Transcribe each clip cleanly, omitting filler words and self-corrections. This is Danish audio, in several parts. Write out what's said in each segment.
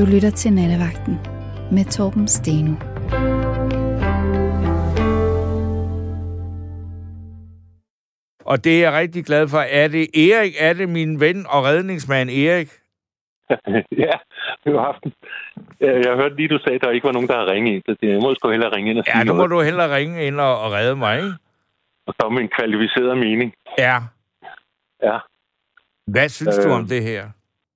Du lytter til Nattevagten med Torben Steno. Og det er jeg rigtig glad for. Er det Erik? Er det min ven og redningsmand Erik? Ja, det var aften. Jeg hørte lige, du sagde, at der ikke var nogen, der har ringet ind. Så jeg må sgu hellere ringe ind og sige Ja, nu må noget. du hellere ringe ind og redde mig, ikke? Og komme med en kvalificeret mening. Ja. Ja. Hvad synes du om det her?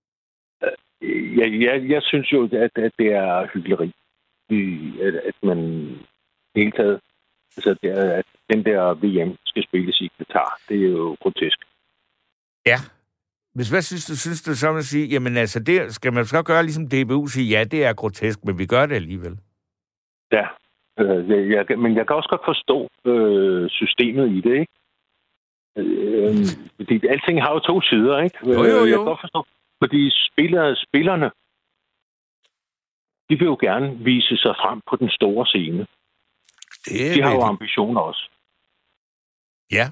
Jeg synes jo, at det er hykleri. At man hele taget... Altså, at den der VM skal spilles i Qatar, det er jo grotesk. Ja. Hvad synes du så at sige? Jamen altså, det skal man så gøre ligesom DBU sige, ja, det er grotesk, men vi gør det alligevel. Ja. Men jeg kan også godt forstå systemet i det, ikke? Fordi alting har jo to sider, ikke? Jo. Jeg kan godt forstå, fordi spillerne, de vil jo gerne vise sig frem på den store scene. De har jo ambitioner også. Ja.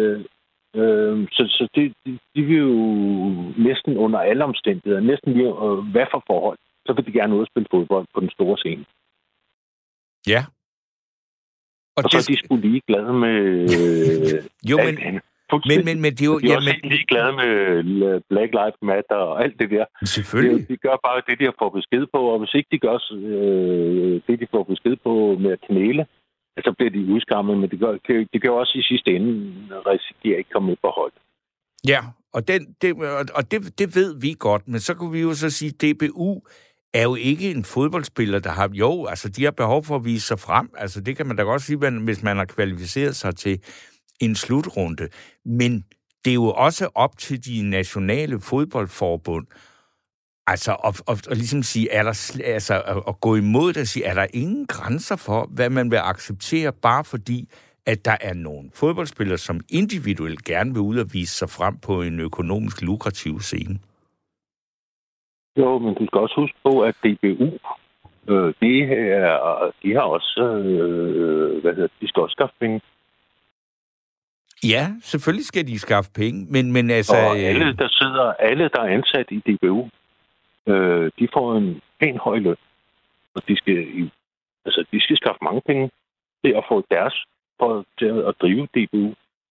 Så de vil jo næsten under alle omstændigheder, næsten lige hvad for forhold, så vil de gerne ud og spille fodbold på den store scene. Ja. Og så er de sgu lige glade med... jo, men det er jo... De er også lige glade med Black Lives Matter og alt det der. Selvfølgelig. De gør bare det, de har fået besked på, og hvis ikke de gør det, de får besked på med at knæle, så bliver de udskammet, men det gør også i sidste ende risikere ikke komme med på hold. Ja, og det ved vi godt, men så kunne vi jo så sige, at DBU er jo ikke en fodboldspiller, der har... Jo, altså de har behov for at vise sig frem. Altså det kan man da godt sige, hvis man har kvalificeret sig til en slutrunde. Men det er jo også op til de nationale fodboldforbund, altså at ligesom sige, at gå imod det og sige, er der ingen grænser for, hvad man vil acceptere, bare fordi, at der er nogle fodboldspillere, som individuelt gerne vil ud og vise sig frem på en økonomisk lukrativ scene? Jo, men du skal også huske på, at DBU, de har også, de skal også skaffe penge. Ja, selvfølgelig skal de skaffe penge, men altså... Og alle, der er ansat i DBU, de får en pæn høj løn. Og de skal skaffe mange penge til at få til at drive DBU.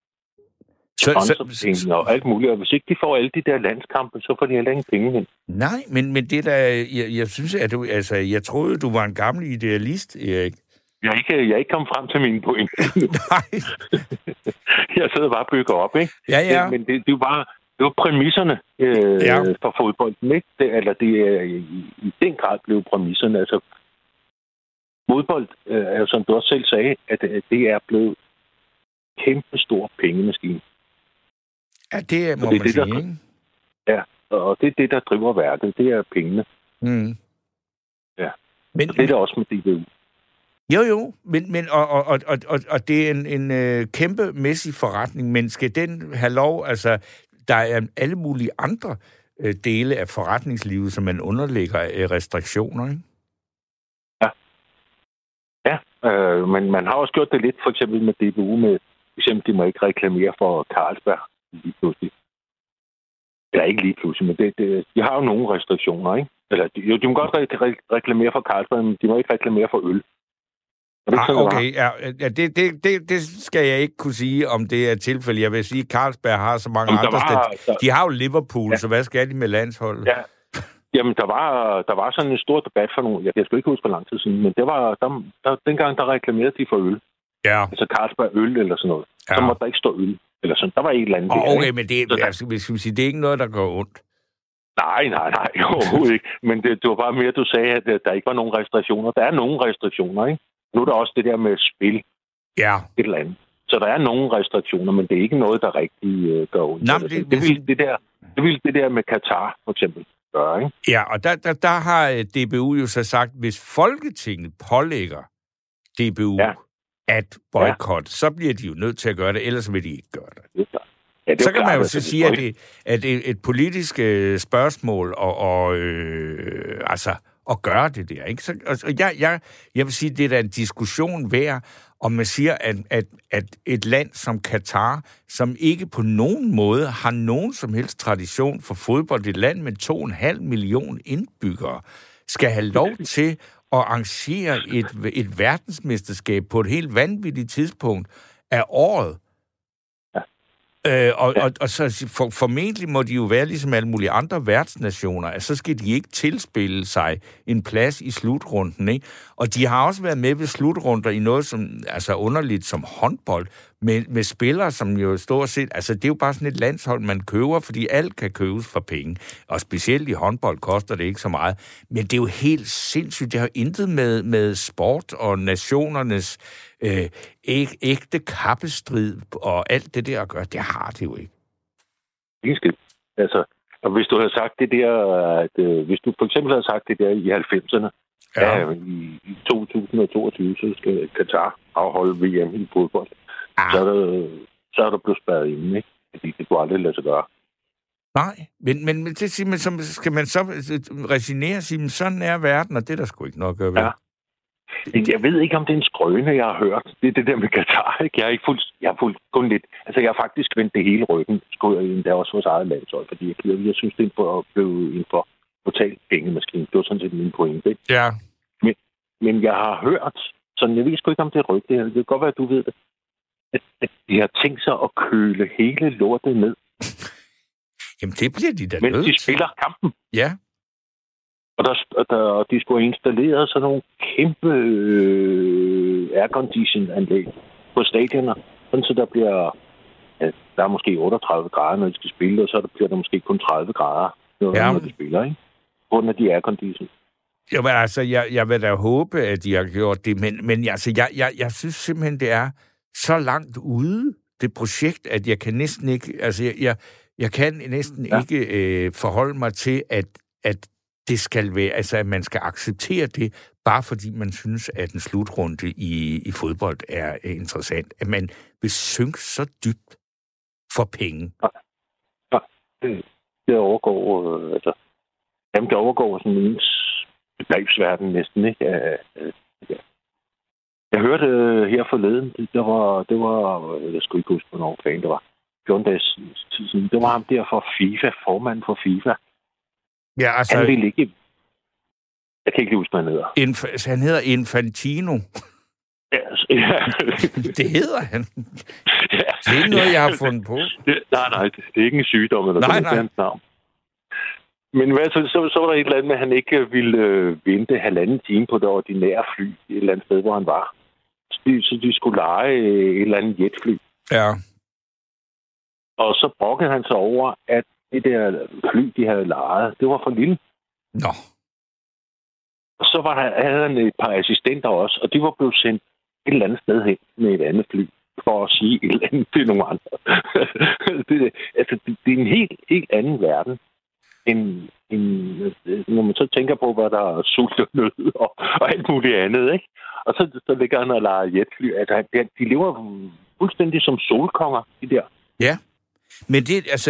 Og alt muligt. Og hvis ikke de får alle de der landskampe, så får de heller ingen penge hen. Nej, men det der... Jeg synes, at jeg troede, du var en gammel idealist, Erik. Jeg er ikke kommet frem til mine pointer. Nej. Jeg sidder bare og bygger op, ikke? Ja. Men det var præmisserne for fodbolden, ikke? Det er i den grad blev præmisserne. Altså, fodbold, som du også selv sagde, at det er blevet kæmpe stor pengemaskine. Ja, det må man sige, ikke? Ja, og det er det, der driver værket. Det er pengene. Mm. Ja, men det er det også med DBU. Jo, men det er en kæmpemæssig forretning, men skal den have lov, altså, der er alle mulige andre dele af forretningslivet, som man underlægger restriktioner, ikke? Ja, men man har også gjort det lidt, for eksempel med DBU, med for eksempel, de må ikke reklamere for Carlsberg lige pludselig. Eller ikke lige pludselig, men de har jo nogle restriktioner, ikke? Eller de må godt reklamere for Carlsberg, men de må ikke reklamere for øl. Okay, ja, det skal jeg ikke kunne sige, om det er tilfælde. Jeg vil sige, at Carlsberg har så mange andre steder. De har jo Liverpool, så hvad skal de med landsholdet? Ja. Jamen, der var sådan en stor debat for nogle... Jeg skal ikke huske, hvor lang tid siden, men det var... dengang, der reklamerede de for øl. Ja. Altså Carlsberg øl eller sådan noget. Ja. Så måtte der ikke stå øl. Eller sådan. Der var et eller andet. Okay, men det er ikke noget, der går ondt. Nej, overhovedet ikke. Men det var bare mere, du sagde, at der ikke var nogen restriktioner. Der er nogle restriktioner, ikke? Nu er der også det der med spil. Ja. Et eller andet. Så der er nogle restriktioner, men det er ikke noget, der rigtig gør ondt. Nej, det vil det der med Qatar, for eksempel, gøre, ikke? Ja, og der har DBU jo så sagt, hvis Folketinget pålægger DBU at boykotte, så bliver de jo nødt til at gøre det, ellers vil de ikke gøre det. Ja, så kan man jo så sige, at det er et politisk spørgsmål at gøre det der, ikke? Så jeg vil sige, det er da en diskussion værd, om man siger, at et land som Katar, som ikke på nogen måde har nogen som helst tradition for fodbold, et land med 2,5 millioner indbyggere, skal have lov til at arrangere et verdensmesterskab på et helt vanvittigt tidspunkt af året. Og så formentlig må de jo være ligesom alle mulige andre værtsnationer, at så skal de ikke tilspille sig en plads i slutrunden, ikke? Og de har også været med ved slutrunder i noget som altså underligt som håndbold, med spillere, som jo stort set, altså det er jo bare sådan et landshold, man køber, fordi alt kan købes for penge. Og specielt i håndbold koster det ikke så meget. Men det er jo helt sindssygt. Det har intet med sport og nationernes ægte kappestrid og alt det der at gøre. Det har det jo ikke. Ikke skidt. Altså, og hvis du havde sagt det der, at hvis du for eksempel havde sagt det der i 90'erne, i 2022, så skal Katar afholde VM i fodbold. Så er der blevet spærret inde, ikke? Fordi det kunne aldrig lade sig gøre. Nej, men det siger man, så skal man så resignere og sige, sådan er verden, og det er der sgu ikke noget at gøre ved. Ja. Jeg ved ikke, om det er en skrøne, jeg har hørt. Det er det der med Katar, ikke? Jeg har fulgt kun lidt. Altså, jeg har faktisk vendt det hele ryggen. Det er også vores eget landshold, fordi jeg synes, det blev en for total pengemaskine. Det var sådan set min pointe, ikke? Ja. Men jeg har hørt, sådan jeg ved sgu ikke, om det er rygte her. Det kan godt være, at du ved det. At de har tænkt sig at køle hele lortet ned. Jamen, det bliver de da nødt til. Mens de spiller kampen. Ja. Og de skulle have installeret sådan nogle kæmpe aircondition-anlæg på stadioner. Sådan så der bliver... Ja, der er måske 38 grader, når de skal spille, og så bliver der måske kun 30 grader, når de spiller, ikke? På grund af de aircondition. Jamen, altså, jeg vil da håbe, at de har gjort det, men altså, jeg synes simpelthen, det er så langt ude, det projekt, at jeg kan næsten ikke... Altså, jeg kan næsten ikke forholde mig til, at det skal være, altså at man skal acceptere det, bare fordi man synes, at en slutrunde i fodbold er interessant. At man vil synke så dybt for penge. Ja, det overgår, det overgår sådan en begrebsverden næsten, ikke? Jeg hørte her forleden, det var, jeg skulle ikke huske, hvornår fanden det var, 14 dages tid siden, det var ham der for FIFA, formanden for FIFA. Ja, altså... Han ville ikke... Jeg kan ikke huske, hvad han hedder. Han hedder Infantino. Ja. Det hedder han. Ja. Det er ikke noget, jeg har fundet på. Nej, det er ikke en sygdom, eller sådan noget hans navn. Men så var der et eller andet med, at han ikke ville vente 1,5 time på det ordinære fly, et eller andet sted, hvor han var. Så de skulle lege et eller andet jetfly. Ja. Og så brokkede han sig over, at det der fly, de havde lejet, det var for lille. Nå. Og så havde han et par assistenter også, og de var blevet sendt et eller andet sted hen med et andet fly, for at sige et eller andet til nogle andre. Det er en helt anden verden, end når man så tænker på, hvad der er sult og nød og alt muligt andet, ikke? Og så ligger han og leger jetfly. Altså, de lever fuldstændig som solkonger, de der. Ja. Men det, altså,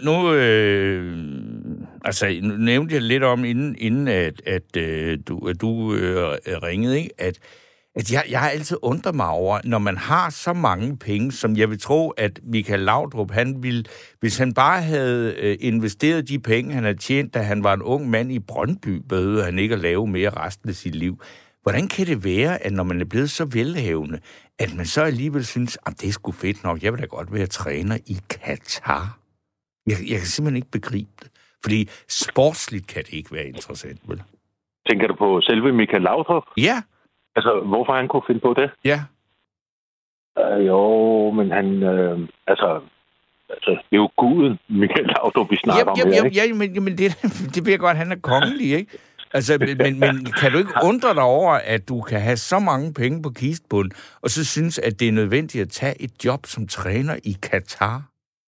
nu nævnte jeg lidt om, inden at du ringede, ikke? At jeg har altid undret mig over, når man har så mange penge, som jeg vil tro, at Michael Laudrup, han ville, hvis han bare havde investeret de penge, han havde tjent, da han var en ung mand i Brøndby, behøvede han ikke at lave mere resten af sit liv. Hvordan kan det være, at når man er blevet så velhavende, at man så alligevel synes, at det er sgu fedt nok, jeg vil da godt være træner i Katar? Jeg kan simpelthen ikke begribe det. Fordi sportsligt kan det ikke være interessant, vel? Tænker du på selve Michael Laudrup? Ja. Altså, hvorfor han kunne finde på det? Ja. Jo, men han... Altså, det er jo guden, Michael Laudrup, vi snakker om her, ikke? Ja, men det ved jeg godt, han er kongelig, ikke? Altså, men kan du ikke undre dig over, at du kan have så mange penge på kistbunden, og så synes, at det er nødvendigt at tage et job som træner i Katar?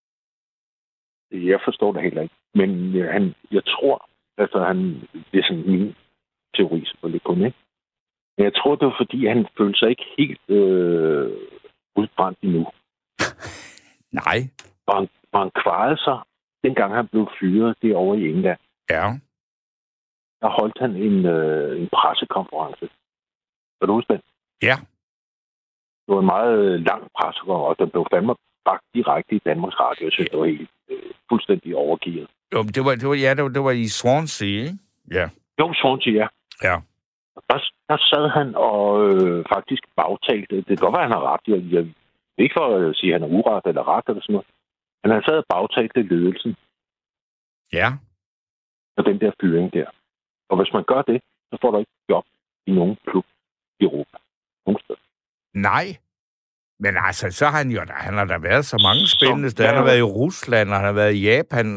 Jeg forstår det heller ikke. Men jeg tror, altså det er sådan min teori, selvfølgelig kun, ikke? Men jeg tror, det var fordi, han følte sig ikke helt udbrændt endnu. Nej. Og han kvarede sig, dengang han blev fyret derovre i England. Ja. Der holdt han en pressekonference. Kan du huske det? Ja. Det var en meget lang pressekonference, og den blev fandme bragt direkte i Danmarks Radio. Jeg synes, det var helt fuldstændig overgivet. Jo, det var i Swansea, ikke? Ja. Jo, Swansea, ja. Ja. Der sad han og faktisk bagtalte. Det kan godt være, han har ret. Jeg ikke for at sige, at han er uret eller ret eller sådan noget. Men han sad og bagtalte ledelsen. Ja. Og den der fyring der. Og hvis man gør det, så får du ikke job i nogen klub i Europa. Nogen sted. Nej. Men altså, så har han har da været så mange spændende steder. Han har været i Rusland, og han har været i Japan,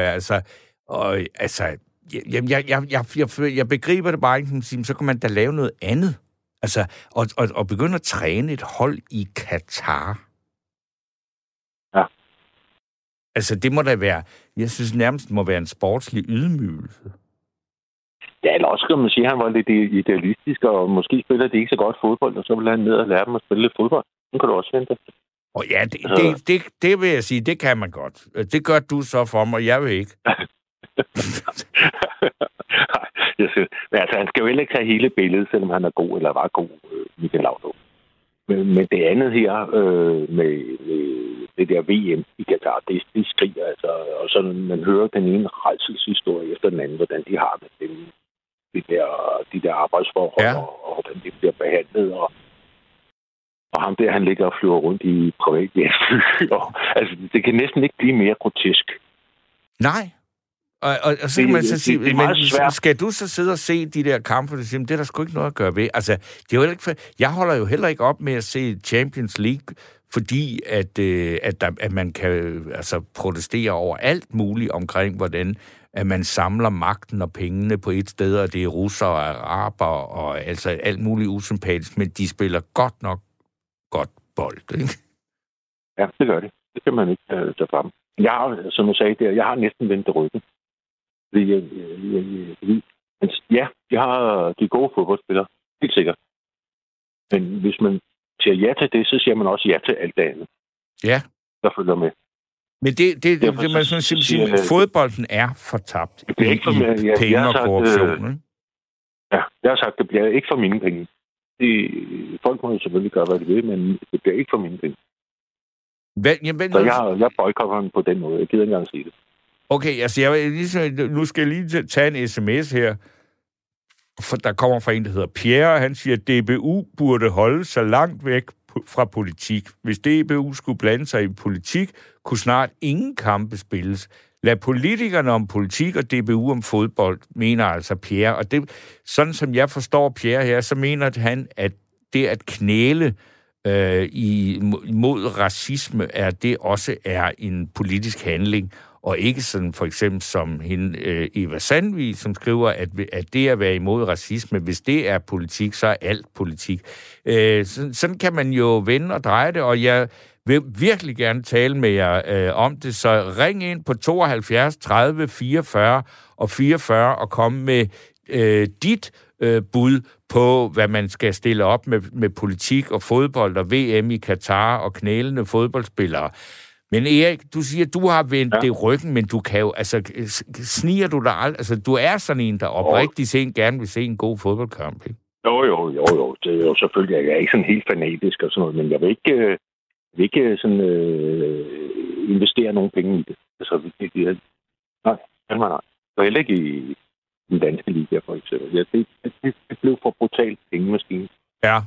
jeg begriber det bare ikke, så kan man da lave noget andet. Altså, og begynde at træne et hold i Katar. Ja. Altså, det må da være, jeg synes nærmest, det må være en sportslig ydmygelse. Ja, eller også kan man sige, at han var lidt idealistisk, og måske spiller de ikke så godt fodbold, og så vil han ned og lære dem at spille lidt fodbold. Den kan du også vente. Og ja, det vil jeg sige, det kan man godt. Det gør du så for mig, jeg vil ikke. Men altså, han skal jo heller ikke tage hele billedet, selvom han er god, eller var god, Michael Laudrup. Men det andet her, med det der VM i Katar, det skriger altså. Og så man hører den ene rædselshistorie efter den anden, hvordan de har det, de der arbejdsforhold, ja. og hvordan de bliver behandlet, og ham der, han ligger og flyver rundt i privatjetfly. Altså, det kan næsten ikke blive mere grotesk. Nej. Og så kan man så sige, men skal du så sidde og se de der kampe, og sige, det er der sgu ikke noget at gøre ved. Altså, det er jo ikke jeg holder jo heller ikke op med at se Champions League, fordi at man kan altså protestere over alt muligt omkring, hvordan at man samler magten og pengene på et sted, og det er russere og araber og altså alt muligt usympatisk, men de spiller godt nok godt bold, ikke? Ja, det gør det. Det kan man ikke tage frem. Jeg har, som jeg sagde der, jeg har næsten vendt ryggen. Jeg har de gode fodboldspillere, helt sikkert. Men hvis man siger ja til det, så siger man også ja til alt det andet. Ja. Der følger med. Men det man sådan sige, fodbolden er fortabt i penge og korruption, ikke? Ja, jeg har sagt, det bliver ikke for mine penge. Folk må jo selvfølgelig gøre, hvad de vil, men det bliver ikke for mine penge. Så jeg boykotter den på den måde. Jeg gider ikke engang sige det. Okay, altså nu skal jeg lige tage en sms her. Der kommer fra en, der hedder Pierre, han siger, at DBU burde holde sig langt væk fra politik. Hvis DBU skulle blande sig i politik, kunne snart ingen kampe spilles. Lad politikerne om politik og DBU om fodbold, mener altså Pierre. Og det, sådan som jeg forstår Pierre her, så mener han, at det at knæle imod racisme, det også er en politisk handling, og ikke sådan for eksempel som hende, Eva Sandvig, som skriver, at det at være imod racisme, hvis det er politik, så er alt politik. Sådan kan man jo vende og dreje det, og jeg vil virkelig gerne tale med jer om det, så ring ind på 72 30 44 og 44 og kom med dit bud på, hvad man skal stille op med politik og fodbold og VM i Katar og knælende fodboldspillere. Men Erik, du siger, at du har vendt det ryggen, men du kan jo, altså, sniger du dig aldrig? Altså, du er sådan en, der oprigtigt set gerne vil se en god fodboldkamp, ikke? Jo. Det er jo selvfølgelig, jeg er ikke sådan helt fanatisk og sådan noget, men jeg vil ikke sådan investere nogen penge i det. Altså, nej. Og heller ikke i den danske liga, for eksempel. Ja, det blev for brutalt pengemaskine. Ja.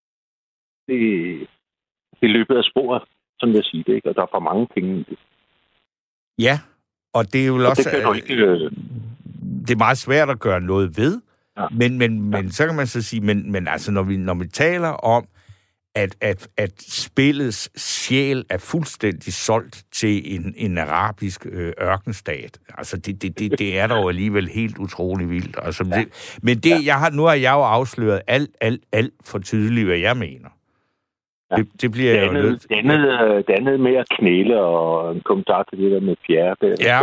Det løbet af sporet, som jeg siger det, ikke? Og der er for mange penge i det. Ja, og det er jo også... Det er meget svært at gøre noget ved, ja. Men så kan man så sige, men altså, når vi taler om, at spillets sjæl er fuldstændig solgt til en arabisk ørkenstat. Altså, det er dog alligevel helt utrolig vildt. Altså, nu har jeg jo afsløret alt for tydeligt, hvad jeg mener. Ja. Det bliver jo nødt. Det andet med at knæle og en kommentar til det der med Pierre.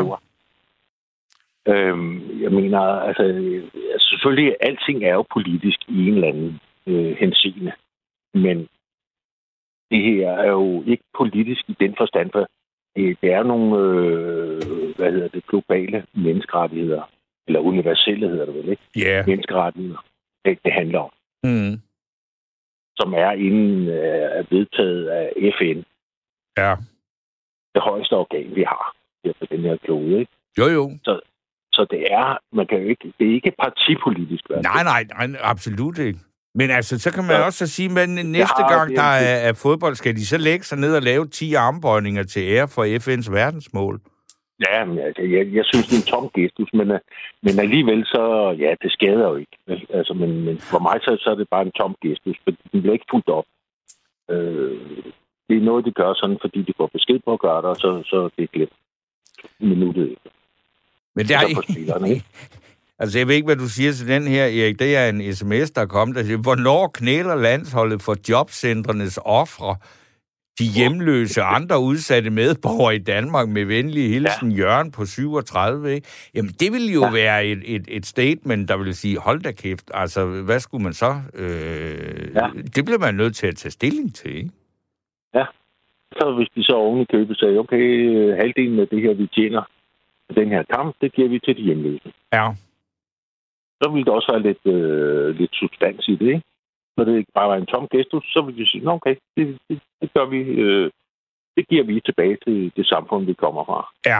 Jeg mener, altså selvfølgelig, alting er jo politisk i en eller anden henseende. Men det her er jo ikke politisk i den forstand, for det er nogle, globale menneskerettigheder, eller universelle hedder det vel, ikke? Yeah. Menneskerettigheder, det handler om. Mm. Som er vedtaget af FN. Ja. Det højeste organ, vi har her på den her klode, ikke? Jo. Så man kan jo ikke, det er ikke partipolitisk. Nej, absolut ikke. Men altså, så kan man også sige, at næste gang der er fodbold, skal de så lægge sig ned og lave 10 armbøjninger til ære for FN's verdensmål? Ja, men altså, jeg synes, det er en tom gestus, men alligevel så, ja, det skader jo ikke. Altså, men for mig så er det bare en tom gestus, for den bliver ikke fuldt op. Det er noget, de gør sådan, fordi de får besked på at gøre det, og så det er glemt minuttet. Men der er altså, jeg ved ikke, hvad du siger til den her, Erik. Det er en sms, der er kommet, der siger, hvornår knæler landsholdet for jobcentrenes ofre, de hjemløse andre udsatte medborgere i Danmark med venlig hilsen Jørgen på 37, ikke? Jamen, det ville jo være et statement, der ville sige, hold da kæft, altså, hvad skulle man så? Det bliver man nødt til at tage stilling til, ikke? Ja, så hvis de så oven i købet sagde, okay, halvdelen af det her, vi tjener den her kamp, det giver vi til de hjemløse. Ja. Så ville der også være lidt substans i det, ikke? Når det ikke bare var en tom gestus, så ville vi sige, okay, det gør vi, det giver vi tilbage til det samfund, vi kommer fra. Ja.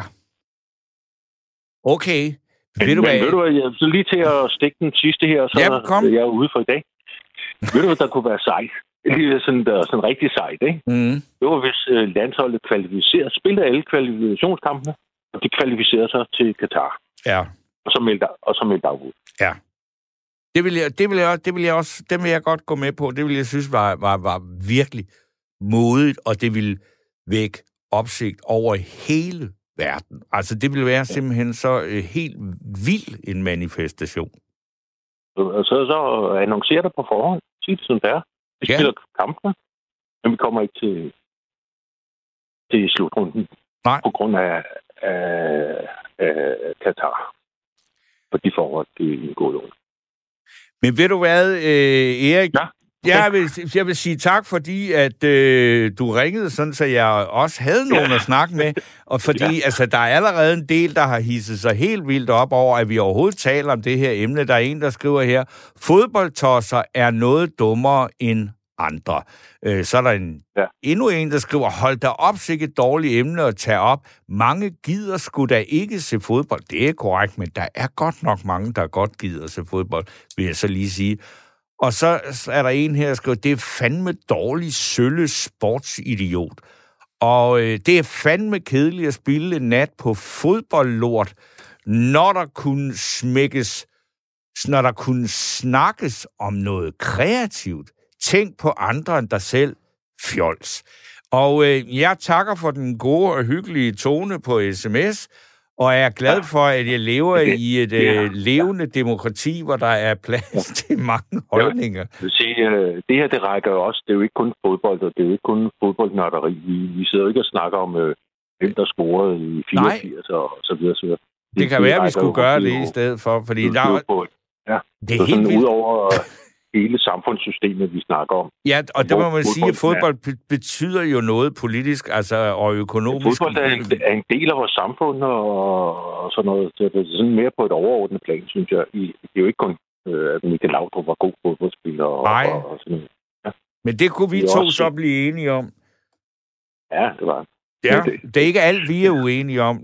Okay. Men ved du hvad, jeg så lige til at stikke den sidste her, så jeg er ude for i dag. Ved du hvad, der kunne være sejt? Lige sådan rigtig sejt, ikke? Mm. Det var, hvis landsholdet kvalificerede, spillede alle kvalifikationskampene, og de kvalificerede sig til Katar. Ja. Og så meldte afbud. Ja. Det vil jeg godt gå med på. Det vil jeg synes var virkelig modigt, og det vil vække opsigt over hele verden. Altså, det vil være simpelthen så helt vild en manifestation. Så annoncerer det på forhånd. Sig det, som det er. Vi spiller kampene, men vi kommer ikke til slutrunden. Nej. På grund af Katar. For de forhold, det er gået under. Men ved du hvad, Erik? Ja. Jeg vil sige tak, fordi at du ringede, sådan så jeg også havde nogen at snakke med. Og fordi altså, der er allerede en del, der har hisset sig helt vildt op over, at vi overhovedet taler om det her emne. Der er en, der skriver her, fodboldtosser er noget dummere end andre. Så er der endnu en, der skriver, hold da op, sikke et dårligt emne at tage op. Mange gider sgu da ikke se fodbold. Det er korrekt, men der er godt nok mange, der godt gider se fodbold, vil jeg så lige sige. Og så er der en her, der skriver, det er fandme dårlig sølle sportsidiot. Og det er fandme kedeligt at spille en nat på fodboldlort, når der kunne snakkes om noget kreativt. Tænk på andre end dig selv, fjols. Og jeg takker for den gode og hyggelige tone på sms, og jeg er glad for, at jeg lever i et levende demokrati, hvor der er plads til mange holdninger. Det her, det rækker jo også. Det er jo ikke kun fodbold, og det er jo ikke kun fodboldnørderi. Vi sidder jo ikke og snakker om, hvem der scorede i 84 og så videre. Så det kan være, at vi skulle gøre det i stedet for, fordi der er... Det er helt vildt. Udover hele samfundssystemet, vi snakker om. Ja, og det må man sige, at fodbold betyder jo noget politisk, altså, og økonomisk. Fodbold er en del af vores samfund, og sådan noget. Så det er sådan mere på et overordnet plan, synes jeg. Det er jo ikke kun, at Michael Laudrup var god fodboldspiller. Og sådan noget. Ja. Men det kunne vi to så blive enige om. Ja, det var Ja, det er ikke alt, vi er uenige om.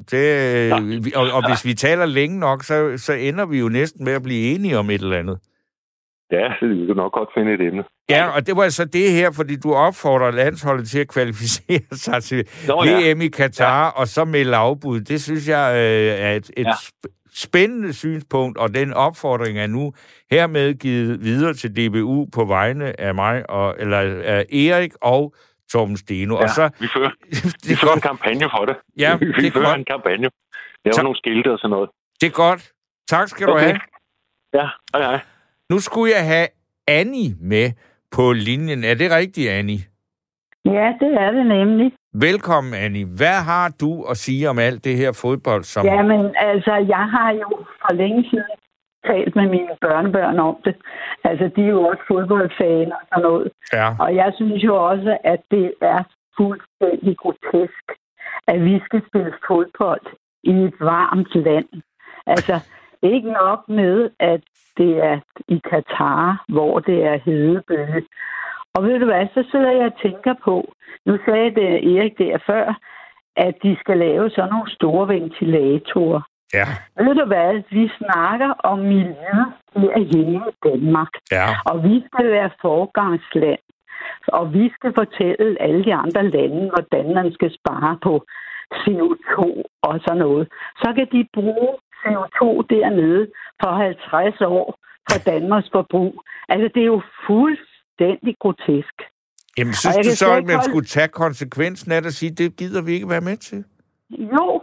Og hvis vi taler længe nok, så ender vi jo næsten med at blive enige om et eller andet. Ja, vi kan nok godt finde et emne. Ja, og det var så det her, fordi du opfordrer landsholdet til at kvalificere sig til VM i Katar, og så med afbud. Det synes jeg er et spændende synspunkt, og den opfordring er nu hermed givet videre til DBU på vegne af mig, af Erik og Torben Steno. Ja, og så, vi fører en kampagne for det. Ja, vi fører en kampagne. Laver nogle skilte og sådan noget. Det er godt. Tak skal du have. Ja, hej. Nu skulle jeg have Annie med på linjen. Er det rigtigt, Annie? Ja, det er det nemlig. Velkommen, Annie. Hvad har du at sige om alt det her fodbold? Jamen, altså, jeg har jo for længe siden talt med mine børnebørn om det. Altså, de er jo også fodboldfans og sådan noget. Ja. Og jeg synes jo også, at det er fuldstændig grotesk, at vi skal spille fodbold i et varmt land. Altså, ikke nok med, at det er i Katar, hvor det er hedebølge. Og ved du hvad, så sidder jeg og tænker på, nu sagde det Erik der før, at de skal lave sådan nogle store ventilatorer. Ja. Ved du hvad? Vi snakker om miljø herhjemme i Danmark. Ja. Og vi skal være foregangsland. Og vi skal fortælle alle de andre lande, hvordan man skal spare på CO2 og sådan noget. Så kan de bruge CO2 dernede for 50 år for Danmarks forbrug. Altså, det er jo fuldstændig grotesk. Jamen, synes du så, at man skulle tage konsekvensen af det og sige, det gider vi ikke være med til? Jo,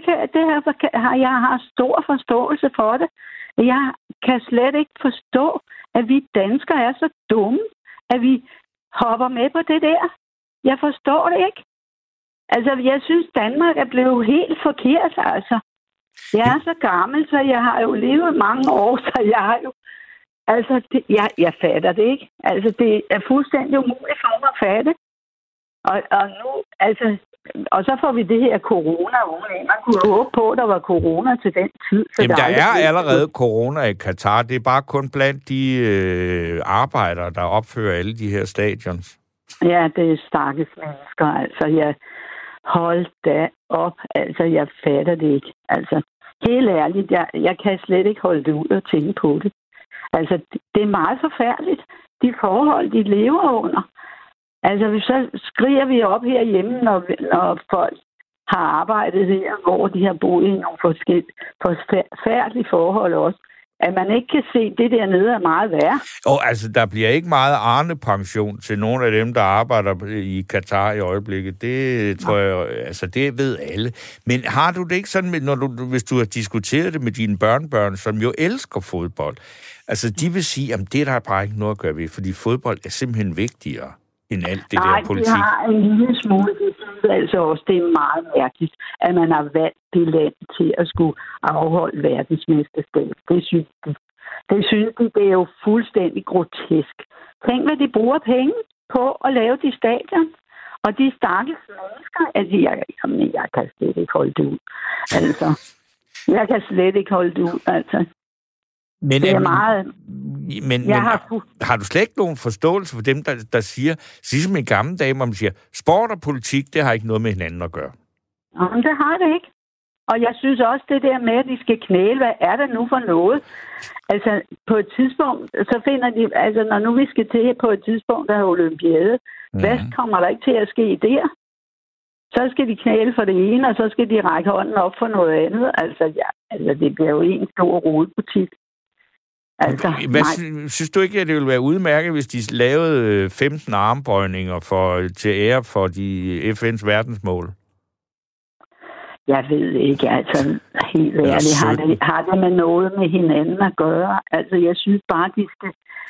jeg har stor forståelse for det. Jeg kan slet ikke forstå, at vi danskere er så dumme, at vi hopper med på det der. Jeg forstår det ikke. Altså, jeg synes, Danmark er blevet helt forkert, altså. Jeg er så gammel, så jeg har jo levet mange år, så jeg har jo... Altså, jeg fatter det ikke. Altså, det er fuldstændig umuligt for mig at fatte. Og nu, altså... Og så får vi det her corona oveni. Man kunne håbe på, at der var corona til den tid. Så jamen, der er allerede corona i Katar. Det er bare kun blandt de arbejdere, der opfører alle de her stadions. Ja, det er stakkels mennesker. Altså, hold da op. Altså, jeg fatter det ikke. Altså, helt ærligt, jeg kan slet ikke holde det ud og tænke på det. Altså, det er meget forfærdeligt. De forhold, de lever under. Altså, så skriger vi op herhjemme, når folk har arbejdet her, hvor de har boet i nogle forfærdelige forhold også. At man ikke kan se, det dernede er meget værd. Altså, der bliver ikke meget Arne-pension til nogle af dem, der arbejder i Katar i øjeblikket. Det tror jeg, altså, det ved alle. Men har du det ikke sådan, hvis du har diskuteret det med dine børnebørn, som jo elsker fodbold? Altså, de vil sige, at det er der bare ikke noget at gøre ved, fordi fodbold er simpelthen vigtigere end alt det der politik. Nej, de har en lille smule. Det synes altså også, det er meget mærkeligt, at man har valgt det land til at skulle afholde verdensmesterskab. Det synes de, det er jo fuldstændig grotesk. Tænk, hvad de bruger penge på at lave de stadion. Og de stakkels mennesker, altså, jeg kan slet ikke holde det ud. Altså, jeg kan slet ikke holde det ud, altså. Men, det er meget... har du slet ikke nogen forståelse for dem, der siger, som i gamle dage, hvor man siger, sport og politik, det har ikke noget med hinanden at gøre? Jamen, det har det ikke. Og jeg synes også, det der med, at de skal knæle, hvad er det nu for noget? Altså, på et tidspunkt, så finder de, altså, når nu vi skal til på et tidspunkt, der er olympiade, hvad kommer der ikke til at ske der? Så skal de knæle for det ene, og så skal de række hånden op for noget andet. Altså, det bliver jo en stor rodebutik. Altså, synes du ikke, at det ville være udmærket, hvis de lavede 15 armbøjninger til ære for de FN's verdensmål? Jeg ved ikke, altså helt ærligt, har det med noget med hinanden at gøre? Altså, jeg synes bare, de skal...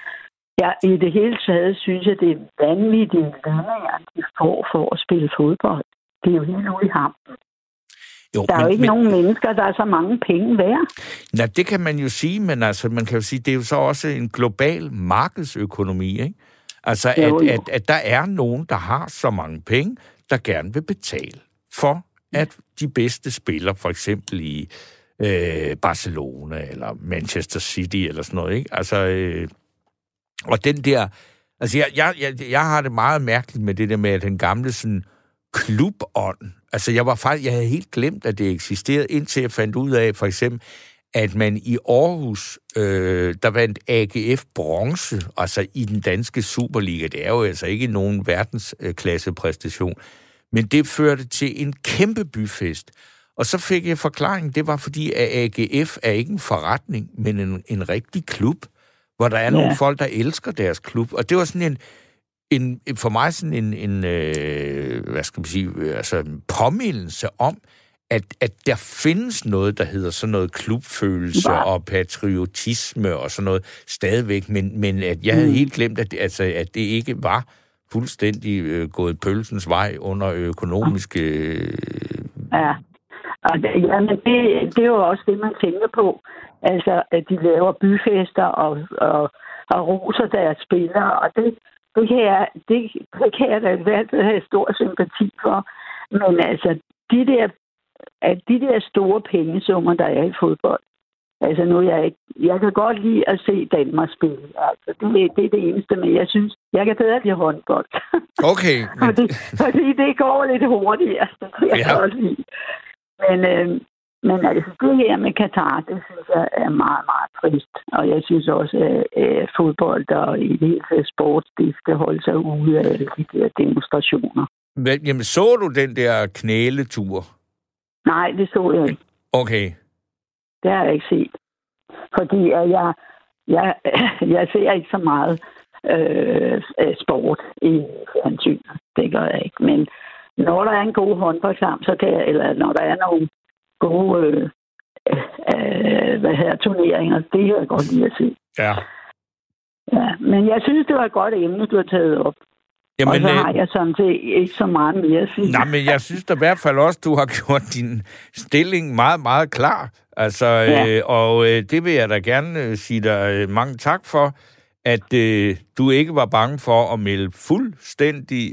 I det hele taget synes jeg, det er vanvittigt, at de får for at spille fodbold. Det er jo helt ude i hampen. Jo, der er jo ikke nogen mennesker, der er så mange penge værd. Nej, det kan man jo sige, men altså, man kan jo sige, det er jo så også en global markedsøkonomi, ikke? Altså, at der er nogen, der har så mange penge, der gerne vil betale for, at de bedste spiller, for eksempel i Barcelona eller Manchester City eller sådan noget, ikke? Altså, og den der... Altså, jeg har det meget mærkeligt med det der med, at den gamle sådan klubånd. Altså, jeg havde helt glemt, at det eksisterede, indtil jeg fandt ud af, for eksempel, at man i Aarhus, der vandt AGF bronze, altså i den danske Superliga. Det er jo altså ikke nogen verdensklassepræstation. Men det førte til en kæmpe byfest. Og så fik jeg forklaringen, det var fordi, at AGF er ikke en forretning, men en rigtig klub, hvor der er nogle folk, der elsker deres klub. Og det var sådan for mig sådan en hvad skal man sige, altså en påmindelse om, at der findes noget, der hedder sådan noget klubfølelse og patriotisme og sådan noget stadigvæk, men at jeg havde helt glemt, at det ikke var fuldstændig gået pølsens vej under økonomiske... Ja, og det er jo også det, man tænker på. Altså, at de laver byfester og roser deres spillere, og det kan jeg da i hvert fald have stor sympati for. Men altså, de der store pengesummer, der er i fodbold, altså nu jeg kan godt lide at se Danmark spille. Altså, det er det eneste, men jeg synes, jeg kan bedre lide håndbold. Okay. fordi det går lidt hurtigere. Det kan jeg godt lide. Men altså, det her med Katar, det synes jeg er meget, meget trist. Og jeg synes også, at fodbold og i det hele taget sport, det skal holde sig ude af de der demonstrationer. Men, jamen, så du den der knæletur? Nej, det så jeg ikke. Okay. Det har jeg ikke set. Fordi jeg ser ikke så meget sport i fjernsynet. Det gør jeg ikke. Men når der er en god håndboldkamp, så kan jeg, eller når der er nogle gode turneringer, det kan jeg godt lide at se. Ja. Ja, men jeg synes, det var et godt emne, du har taget op. Jamen, og så har jeg sådan set ikke så meget mere at sige. Nej, men jeg synes da i hvert fald også, du har gjort din stilling meget, meget klar. Altså, og det vil jeg da gerne sige dig mange tak for, at du ikke var bange for at melde fuldstændig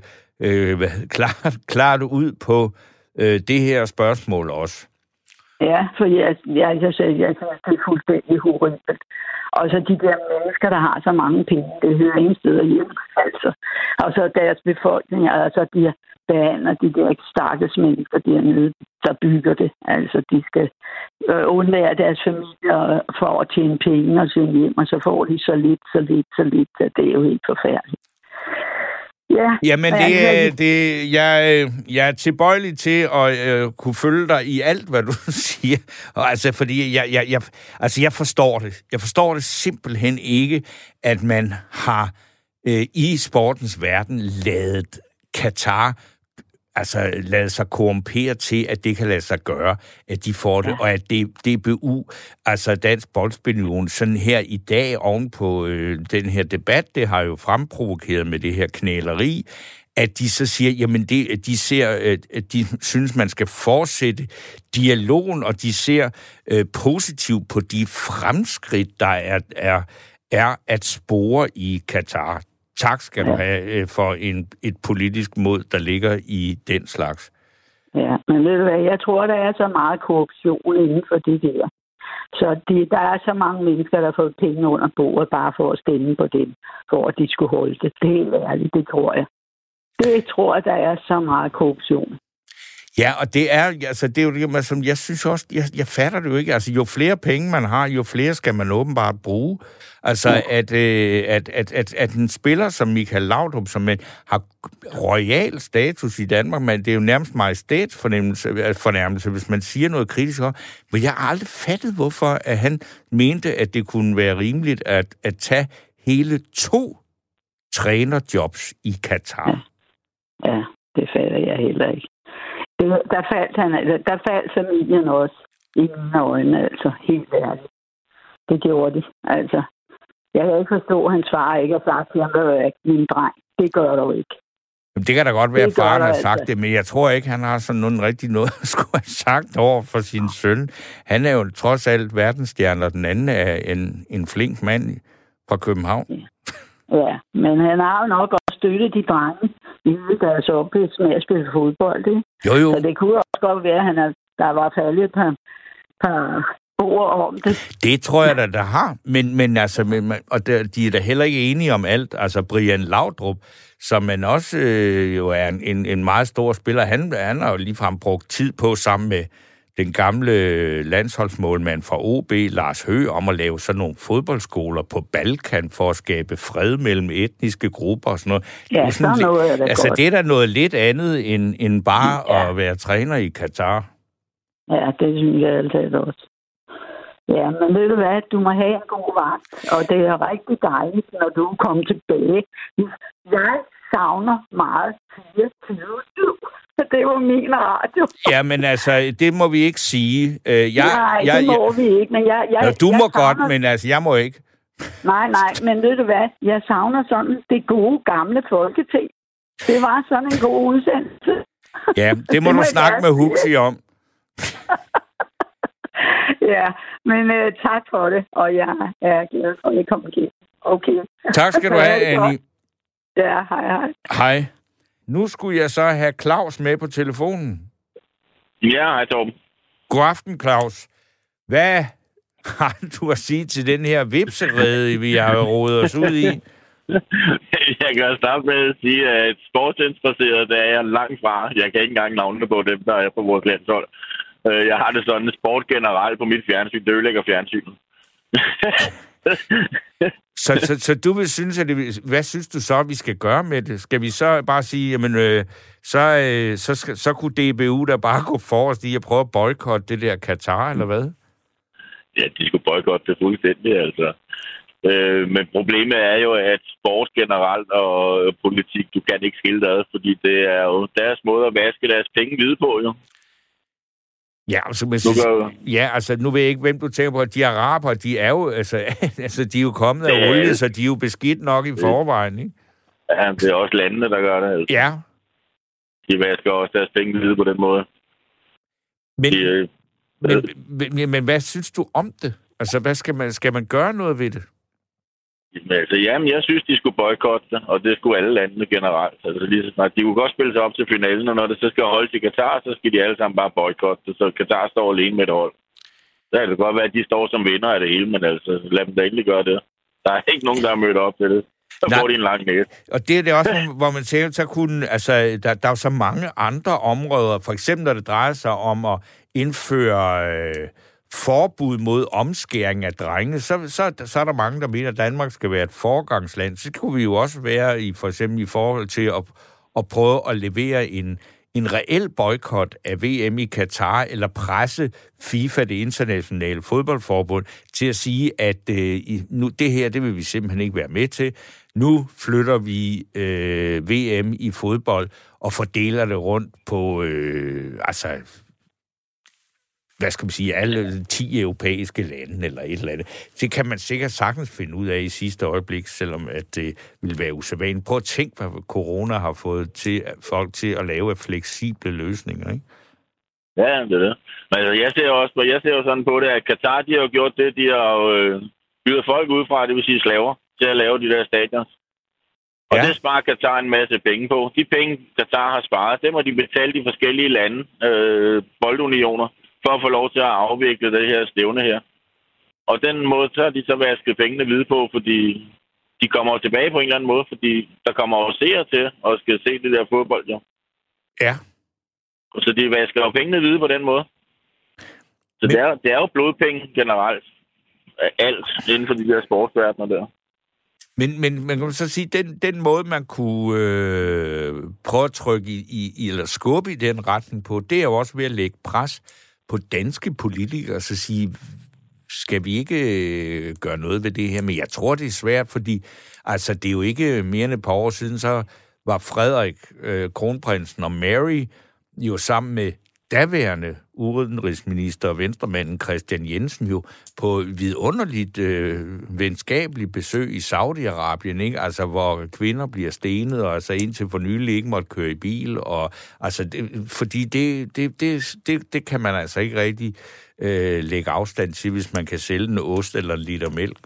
klart ud på det her spørgsmål også. Ja, for jeg synes, det er fuldstændig horribelt. Og så de der mennesker, der har så mange penge, det hører ingen steder hjemme. Altså. Og så deres befolkning, altså de behandler de der stakkels mennesker dernede, der bygger det. Altså de skal undlære deres familier for at tjene penge og sende hjem, og så får de så lidt. Det er jo helt forfærdeligt. Ja, jamen, jeg er tilbøjelig til at kunne følge dig i alt, hvad du siger. Og altså, fordi jeg forstår det. Jeg forstår det simpelthen ikke, at man har i sportens verden ladet Katar lade sig korrumpere til, at det kan lade sig gøre, at de får det, og at DBU, altså Dansk Boldspilunion, sådan her i dag oven på den her debat, det har jo fremprovokeret med det her knæleri, at de så siger, jamen de synes, man skal fortsætte dialogen, og de ser positivt på de fremskridt, der er at spore i Katar. Tak skal du have for et politisk mod, der ligger i den slags. Ja, men ved du hvad, jeg tror, der er så meget korruption inden for det der. Så der er så mange mennesker, der har fået penge under bordet, bare for at stemme på dem, for at de skulle holde det. Det er helt ærligt, det tror jeg. Det tror jeg, der er så meget korruption. Ja, og det er jo det, som jeg synes også, jeg fatter det jo ikke. Altså, jo flere penge man har, jo flere skal man åbenbart bruge. Altså, at en spiller som Michael Laudrup, som har royal status i Danmark, men det er jo nærmest majestætsfornærmelse, hvis man siger noget kritisk om. Men jeg har aldrig fattet, hvorfor at han mente, at det kunne være rimeligt at tage hele 2 trænerjobs i Katar. Ja, det fatter jeg heller ikke. Der faldt familien også i mine øjne, altså helt ærligt. Det gjorde de, altså. Jeg kan ikke forstå, at hans far ikke har sagt, at han var ikke min dreng. Det gør du ikke. Det kan da godt være, at faren har sagt det, men jeg tror ikke, han har sådan noget rigtig noget at skulle have sagt over for sin søn. Han er jo trods alt verdensstjerne, og den anden er en flink mand fra København. Ja, men han har jo nok også støttet de drenge i deres opvækst med at spille fodbold, ikke? Jo. Så det kunne også godt være, at der var faldet et par ord om det. Det tror jeg da, der har. Men altså, og de er da heller ikke enige om alt. Altså, Brian Laudrup, som man også jo er en meget stor spiller, han har jo ligefrem brugt tid på sammen med den gamle landsholdsmålmand fra OB, Lars Høgh, om at lave sådan nogle fodboldskoler på Balkan for at skabe fred mellem etniske grupper og sådan noget. Ja, sådan noget er det altså, godt. det er da noget lidt andet end bare at være træner i Katar. Ja, det synes jeg altid også. Ja, men ved du hvad, du må have en god vagt, og det er rigtig dejligt, når du kommer tilbage. Jeg savner meget 24/7. Det var min radio. Ja, men altså, det må vi ikke sige. Det må vi ikke, men du må savner... godt, men altså, jeg må ikke. Nej, men ved du hvad, jeg savner sådan det gode, gamle folketing. Det var sådan en god udsendelse. Ja, det må du snakke med Huxi om. Ja, men tak for det, og jeg er glad for, at jeg kom igen. Okay. Tak skal du have, Annie. Ja, hej. Hej. Nu skulle jeg så have Claus med på telefonen. Ja, hej Torben. God aften, Claus. Hvad har du at sige til den her vipserede, vi har rodet os ud i? Jeg kan starte med at sige, at sportsinteresseret, der er jeg langt fra. Jeg kan ikke engang navne på dem, der er på vores landshold. Jeg har det sådan, sport generelt på mit fjernsyn, det ødelægger fjernsynet. Så du vil synes, at hvad synes du så, vi skal gøre med det? Skal vi så bare sige, jamen, så kunne DBU da bare gå forrest i at prøve at boykotte det der Katar, eller hvad? Ja, de skulle boykotte det fuldstændig, altså. Men problemet er jo, at sport generelt og politik, du kan ikke skille det ad, fordi det er jo deres måde at vaske deres penge hvide på, jo. Ja, altså nu ved jeg ikke, hvem du tænker på. De araber, de er jo, altså de er jo kommet af olie, så de er jo beskidt nok i forvejen, ikke? Ja, det er også landene, der gør det. Altså. Ja. De vasker også deres penge hvide på den måde. Men hvad synes du om det? Altså, hvad skal man gøre noget ved det? Jamen, jeg synes, de skulle boykotte det, og det skulle alle landene generelt. Altså, lige så snart. De kunne godt spille sig op til finalen, og når det så skal holdes i Katar, så skal de alle sammen bare boykotte det, så Katar står alene med et hold. Så kan det godt være, at de står som vinder af det hele, men altså, lad dem da endelig gøre det. Der er ikke nogen, der har mødt op til det. Så får de en lang net. Og det er det også, hvor man tænker, så kunne, altså, der er jo så mange andre områder, for eksempel når det drejer sig om at indføre forbud mod omskæring af drenge, så er der mange, der mener, at Danmark skal være et foregangsland. Så kunne vi jo også være for eksempel i forhold til at prøve at levere en reel boykot af VM i Katar, eller presse FIFA, det internationale fodboldforbund, til at sige, at nu det her, det vil vi simpelthen ikke være med til. Nu flytter vi VM i fodbold og fordeler det rundt på hvad skal man sige, alle 10 europæiske lande eller et eller andet. Det kan man sikkert sagtens finde ud af i sidste øjeblik, selvom at det vil være usædvanligt. Prøv at tænke, hvad corona har fået folk til at lave af fleksible løsninger, ikke? Ja, det er det. Men altså, jeg ser jo sådan på det, at Katar, de har jo gjort det, de har bydet folk udefra, det vil sige slaver, til at lave de der stadions. Og det sparer Katar en masse penge på. De penge, Katar har sparet, dem må de betale de forskellige lande, boldunioner, for at få lov til at afvikle det her stævne her. Og den måde, så har de så vasket pengene hvide på, fordi de kommer tilbage på en eller anden måde, fordi der kommer også seere til og skal se det der fodbold, jo. Ja. Så de vasker jo pengene hvide på den måde. Så det er jo blodpenge generelt. Alt inden for de der sportsverdener der. Men man kan så sige, den måde, man kunne prøve at trykke eller skubbe i den retning på, det er jo også ved at lægge pres på danske politikere, så sige, skal vi ikke gøre noget ved det her? Men jeg tror, det er svært, fordi altså, det er jo ikke mere end et par år siden, så var Frederik, kronprinsen og Mary jo sammen med daværende udenrigsminister og venstremanden Kristian Jensen jo på vidunderligt venskabeligt besøg i Saudi-Arabien, ikke? Altså, hvor kvinder bliver stenet, og altså indtil for nylig ikke måtte køre i bil, og altså, fordi det kan man altså ikke rigtig lægge afstand til, hvis man kan sælge en ost eller en liter mælk.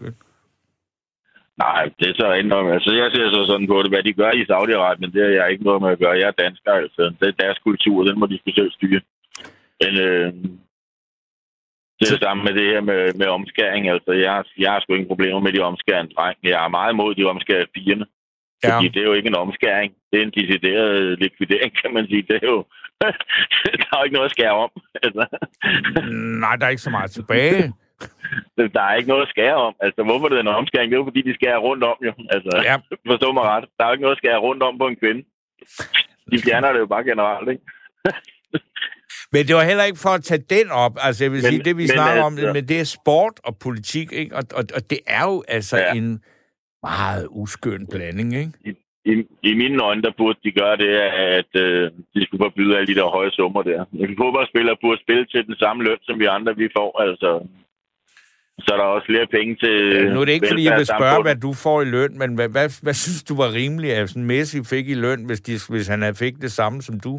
Nej, det er så enormt. Altså, jeg ser så sådan på det, hvad de gør i Saudi-Arabien, det har jeg ikke noget med at gøre. Jeg er dansker, altså. Det er deres kultur, den må de selv styre. Men det er det samme med det her med omskæring. Altså, jeg har sgu ingen problemer med de omskærende dreng. Jeg er meget imod de omskærende pigerne. Ja. Fordi det er jo ikke en omskæring. Det er en decideret likvidering, kan man sige. Det er jo... der er jo ikke noget at skære om. Altså. Nej, der er ikke så meget tilbage. Der er ikke noget at skære om. Altså, hvorfor det er en omskæring? Det er jo, fordi de skærer rundt om, jo. Altså, forstå mig ret. Der er jo ikke noget at skære rundt om på en kvinde. De fjerner det jo bare generelt, ikke? Men det var heller ikke for at tage den op. Altså, jeg vil sige, det vi snakker om, men det er sport og politik, ikke? Og det er jo altså en meget uskøn blanding, ikke? I mine øjne, der burde de gøre det, at de skulle forbyde alle de der høje summer der. En fodboldspiller burde spille til den samme løn, som vi andre vi får, altså... Så er der også flere penge til... nu er det ikke, fordi jeg vil spørge, hvad du får i løn, men hvad synes du var rimeligt, at sådan Messi fik i løn, hvis han fik det samme som du?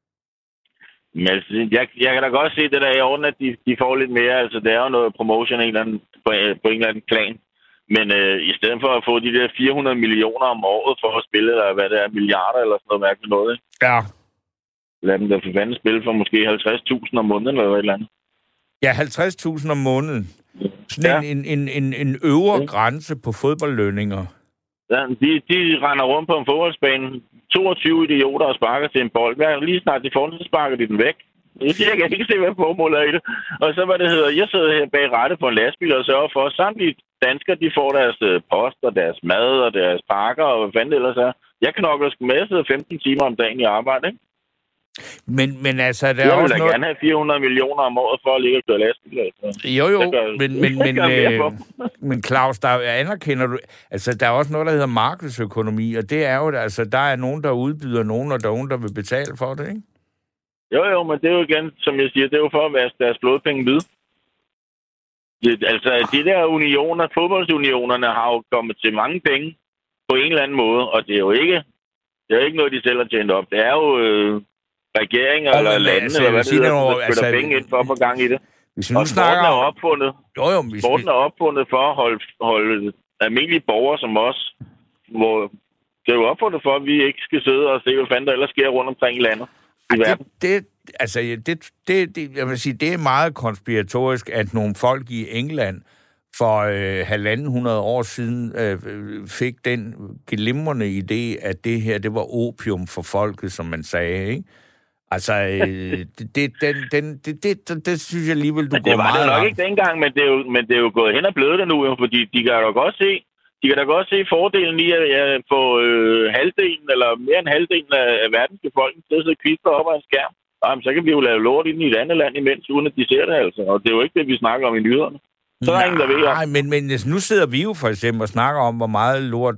Men jeg kan da godt se det der i orden, at de får lidt mere. Altså, det er jo noget promotion på en eller anden plan. Men i stedet for at få de der 400 millioner om året for at spille, eller hvad det er, milliarder eller sådan noget mærkeligt noget, ikke? Ja. Lad dem da for fanden spille for måske 50.000 om måneden, eller hvad et eller andet. Ja, 50.000 om måneden. Sådan en øvre grænse på fodboldlønninger. Ja, de render rundt på en fodboldsbane. 22 idioter og sparker til en bold. Lige snart de får den, så sparker de den væk. Jeg kan ikke se, hvad formålet er i det. Og så hvad det hedder, jeg sidder her bag rattet på en lastbil og sørger for, at samtlige danskere, de får deres post og deres mad og deres pakker og hvad fanden det ellers er. Jeg kan nok også med, jeg sidder 15 timer om dagen i arbejde, ikke? Men altså, der er jeg også vil da gerne have 400 millioner om året for at ligge og køre lastbiler. Jo, men Claus, der anerkender du, altså der er også noget, der hedder markedsøkonomi, og det er jo, altså der er nogen, der udbyder nogen, og der er nogen, der vil betale for det, ikke? Jo, men det er jo igen, som jeg siger, det er jo for at være deres blodpenge vide. Altså, de der unioner, fodboldunionerne har jo kommet til mange penge på en eller anden måde, og det er jo ikke noget, de selv har tjent op. Det er jo regeringer eller lande, eller hvad det hedder, der spiller penge ind for at få gang i det. Og sporten er opfundet. Sporten er opfundet for at holde almindelige borgere som os, hvor det er jo opfundet for, at vi ikke skal sidde og se, hvad fanden der ellers sker rundt omkring i landet. Jeg vil sige, det er meget konspiratorisk, at nogle folk i England for 150 år siden fik den glimrende idé, at det her, det var opium for folket, som man sagde, ikke? Altså, det synes jeg alligevel, du går meget... Det var det nok ikke dengang, men det er jo gået hen og blevet det nu, fordi de kan da godt se fordelen i at få halvdelen, eller mere end halvdelen af verdens befolkning til at sidde kvister op af en skærm. Jamen, så kan vi jo lave lort ind i et andet land imens, uden at de ser det, altså. Og det er jo ikke det, vi snakker om i nyhederne. Så er ingen, der ved. Nej, men nu sidder vi jo for eksempel og snakker om, hvor meget lort,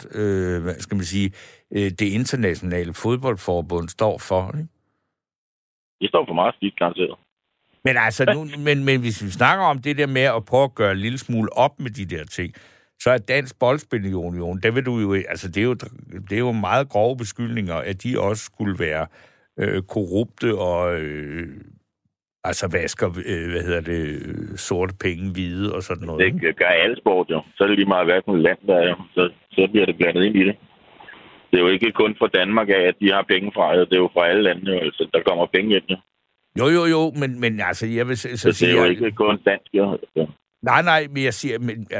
det internationale fodboldforbund står for, ikke? Det står for meget skidt, garanteret. Men altså, men hvis vi snakker om det der med at prøve at gøre en lille smule op med de der ting, så er Dansk Boldspil-Union, der vil du jo, altså det er jo meget grove beskyldninger, at de også skulle være korrupte og altså vasker, sorte penge hvide og sådan noget. Det gør alle sport jo. Så er det lige meget hvilket land, der er jo. Så bliver det blandet ind i det. Det er jo ikke kun fra Danmark af, at de har penge fra. Det er jo fra alle lande, jo. Altså, der kommer penge ind, jo. Jo, men altså, jeg vil så sige... Det er jo ikke kun dansk, jo. Altså. Nej, men jeg siger,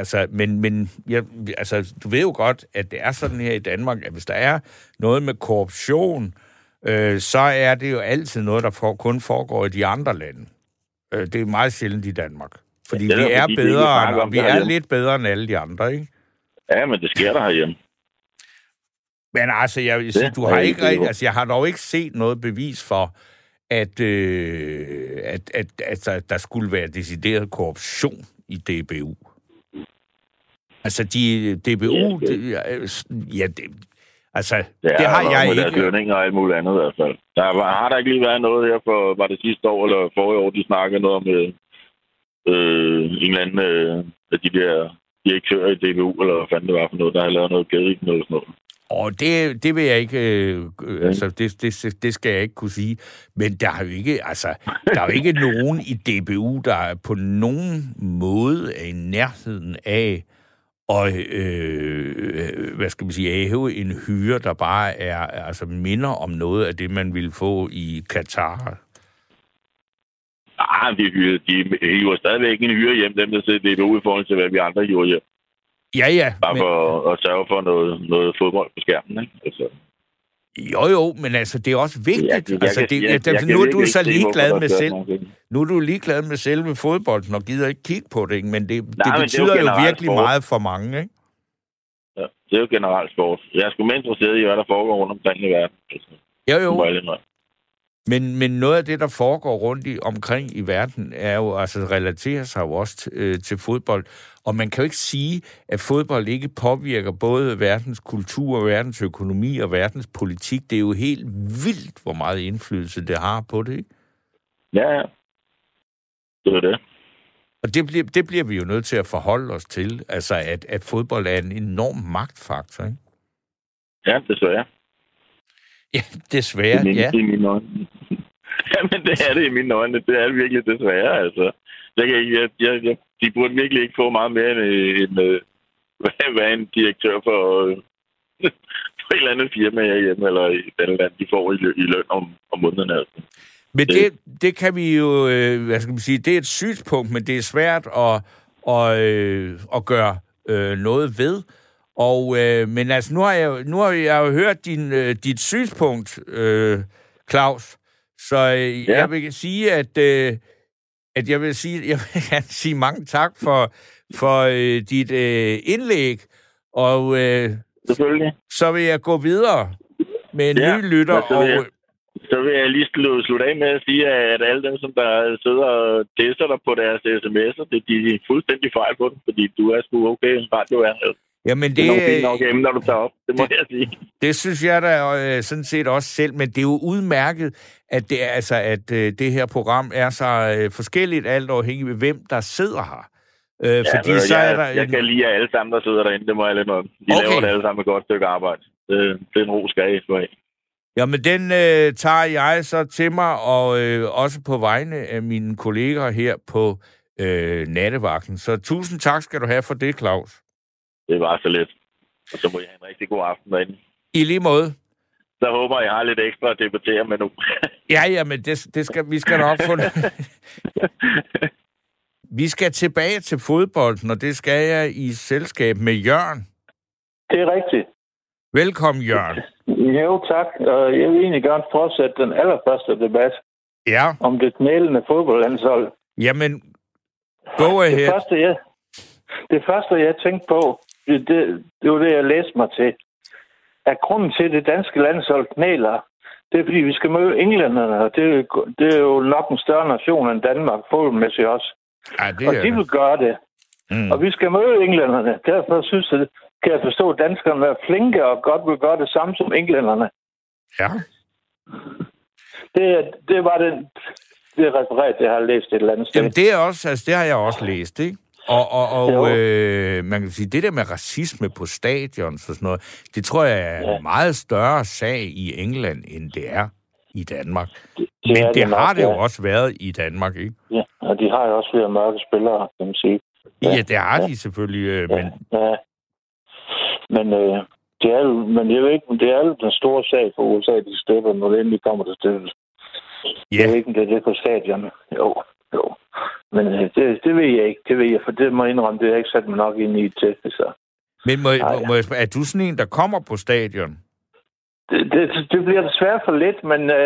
du ved jo godt, at det er sådan her i Danmark, at hvis der er noget med korruption, så er det jo altid noget, der kun foregår i de andre lande. Det er meget sjældent i Danmark. Fordi vi er bedre, vi er lidt bedre end alle de andre, ikke? Ja, men det sker der herhjemme. Men altså, jeg vil sige, jeg har dog ikke set noget bevis for, at der skulle være decideret korruption i DBU. Altså, DBU... Det har jeg ikke. Det er lønning og alt muligt andet i hvert fald. Har der ikke lige været noget her for, var det sidste år eller forrige år, de snakkede noget om en eller anden af de der direktører i DBU, eller hvad fanden det var for noget, der har lavet noget gædigt noget sådan noget. Og det vil jeg ikke, det skal jeg ikke kunne sige. Men der er jo ikke nogen i DBU, der på nogen måde er i nærheden af og hæve en hyre, der bare er, minder om noget af det, man ville få i Katar. De hiver stadigvæk en hyre hjem, dem der sidder i DBU i forhold til, hvad vi andre hiver hjem. Ja. Bare for at sørge for noget fodbold på skærmen, ikke? Altså. Jo, men altså, det er også vigtigt. Nu er du så ligeglad med selv. Nu er du ligeglad med selve fodbolden og gider ikke kigge på det, ikke? Men det betyder jo virkelig sport. Meget for mange, ikke? Ja, det er jo generelt sport. Jeg er sgu mere interesseret i, hvad der foregår rundt omkring i verden. Altså. Jo. Men noget af det, der foregår rundt omkring i verden, er jo, altså relaterer sig jo også til fodbold. Og man kan jo ikke sige, at fodbold ikke påvirker både verdens kultur, verdens økonomi og verdens politik. Det er jo helt vildt, hvor meget indflydelse det har på det, ikke? Ja. Det er det. Og det bliver vi jo nødt til at forholde os til. Altså, at fodbold er en enorm magtfaktor, ikke? Ja, desværre. Ja, desværre, ja. I mine øjne. Jamen, det er det i mine øjne. Det er virkelig desværre, altså. De burde virkelig ikke få meget mere end hvad en direktør for et eller andet firma herhjemme, eller i et andet land, de får i løn om måneden. Altså. Men det kan vi jo, det er et synspunkt, men det er svært at gøre noget ved. Og, men altså, nu har jeg jo hørt dit synspunkt, Claus. Så jeg vil sige, at jeg vil gerne sige mange tak for dit indlæg, og så vil jeg gå videre med en ny lytter. Så vil jeg lige slutte af med at sige, at alle dem, som der sidder og tester dig på deres sms'er, de er fuldstændig fejl på det, fordi du er sgu okay radiovært. Jamen det er nogle fine nok emner, du tager op. Det må jeg sige. Det synes jeg da sådan set også selv, men det er jo udmærket, at det her program er så forskelligt alt afhængigt af, hvem der sidder her. Fordi jeg kan lide alle sammen, der sidder derinde. Det må jeg lidt om. De laver det alle sammen et godt stykke arbejde. Det er en ro skal jeg. Jamen, den tager jeg så til mig, og også på vegne af mine kolleger her på nattevagten. Så tusind tak skal du have for det, Claus. Det var så lidt. Og så må jeg have en rigtig god aften derinde. I lige måde. Så håber jeg har lidt ekstra at debattere med nu. Ja, men vi skal nok få det. Vi skal tilbage til fodbolden, og det skal jeg i selskab med Jørgen. Det er rigtigt. Velkommen, Jørgen. Jo, tak. Jeg vil egentlig gerne fortsætte den allerførste debat. Ja. Om det knælende fodboldlandshold. Jamen, go ahead. Det første, jeg tænkte på, det var det, jeg læste mig til. At grunden til, at det danske landshold knæler, det er, fordi vi skal møde englænderne, og det er jo nok en større nation end Danmark, fodboldmæssigt også. Ja, og de vil gøre det. Og vi skal møde englænderne. Derfor synes jeg, kan jeg forstå, at danskerne er flinke og godt vil gøre det samme som englænderne. Ja. Det var det referat, jeg har læst et eller andet sted. Jamen, det har jeg også læst, ikke? Og man kan sige, det der med racisme på stadion og sådan noget, det tror jeg er en meget større sag i England, end det er i Danmark. Men det har det jo også været i Danmark, ikke? Ja, og de har jo også flere mørke spillere, kan man sige. Ja, det har de selvfølgelig, men... Ja. Men jeg ved ikke, det er jo den store sag for USA, de støtter, når det endelig kommer til støtte. Ja. Jeg ved ikke, om det er det på stadion. Jo. Men det ved jeg ikke. Det ved jeg, for det må jeg indrømme, det har jeg ikke sat mig nok ind i til. Så. Men er du sådan en, der kommer på stadion? Det bliver desværre for lidt,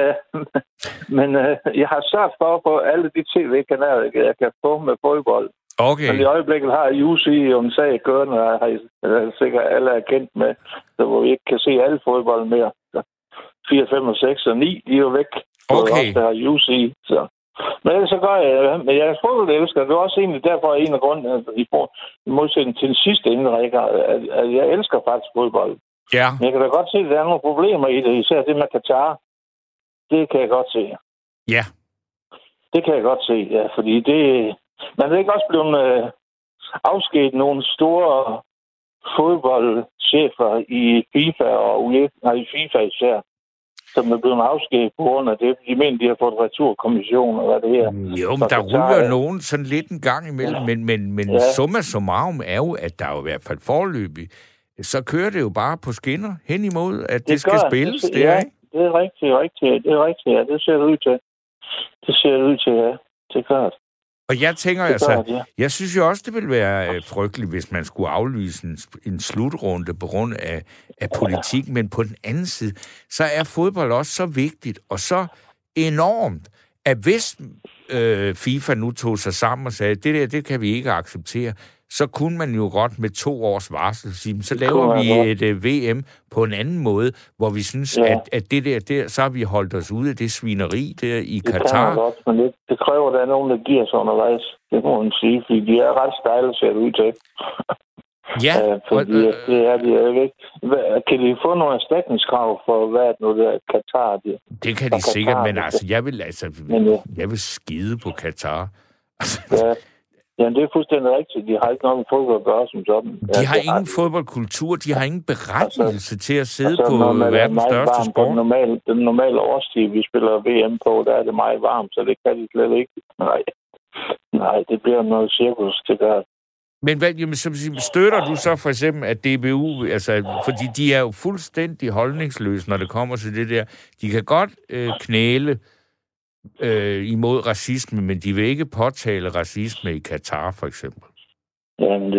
men jeg har sørget for på alle de tv-kanaler, jeg kan få med fodbold. Okay. Men i øjeblikket har UC jo en sag kørende, og har sikkert alle er kendt med, så hvor vi ikke kan se alle fodbold mere. 4, 5 og 6 og 9, de er jo væk. Okay. Der har UC, så... Men ellers så gør jeg... Men jeg er fodboldelsker. Det er også egentlig derfor en af grunden, at i modsætning til den sidste indrække, at jeg elsker faktisk fodbold. Ja. Men jeg kan da godt se, at der er nogle problemer i det, især det med Katar. Det kan jeg godt se. Ja. Det kan jeg godt se, ja, fordi det... Man er ikke også blevet afskedet nogle store fodboldchefer i FIFA og UEFA, i FIFA især, som er blevet afskedet på grund af det. De mener, de har fået returkommission, og hvad det her. Jo, men der ryger nogen sådan lidt en gang imellem, men summa summarum er jo, at der er jo i hvert fald foreløbig, så kører det jo bare på skinner hen imod, at det skal spilles. Det er rigtigt. Det er rigtigt, ja. Det ser det ud til. Ja. Det er klart. Og jeg tænker jeg synes jo også, det ville være frygteligt, hvis man skulle aflyse en slutrunde på grund af politik, men på den anden side, så er fodbold også så vigtigt og så enormt, at hvis FIFA nu tog sig sammen og sagde, det kan vi ikke acceptere, så kunne man jo godt med 2 års varsel sige, så laver vi et VM på en anden måde, hvor vi synes, at det der, så har vi holdt os ude af det svineri der i Katar. Det kan godt, men det kræver, at der er nogen, der giver sig undervejs. Det må man sige, fordi de er ret stejle, ser det ud til. Ja. Fordi det er de ikke. Kan de få nogle erstatningskrav for, hvad nu det er Katar? Det kan de sikkert, men altså, jeg vil skide på Katar. Ja. Ja, det er fuldstændig rigtigt. De har ikke noget med fodbold at gøre som sådan. De har ingen fodboldkultur. De har ingen berettigelse til at sidde på verdens største sport. Den normale årstid, vi spiller VM på, der er det meget varmt, så det kan de slet ikke. Nej, det bliver noget cirkus til der. Men støtter du så for eksempel, at DBU, altså, fordi de er jo fuldstændig holdningsløse, når det kommer til det der. De kan godt knæle imod racisme, men de vil ikke påtale racisme i Katar, for eksempel. Jamen,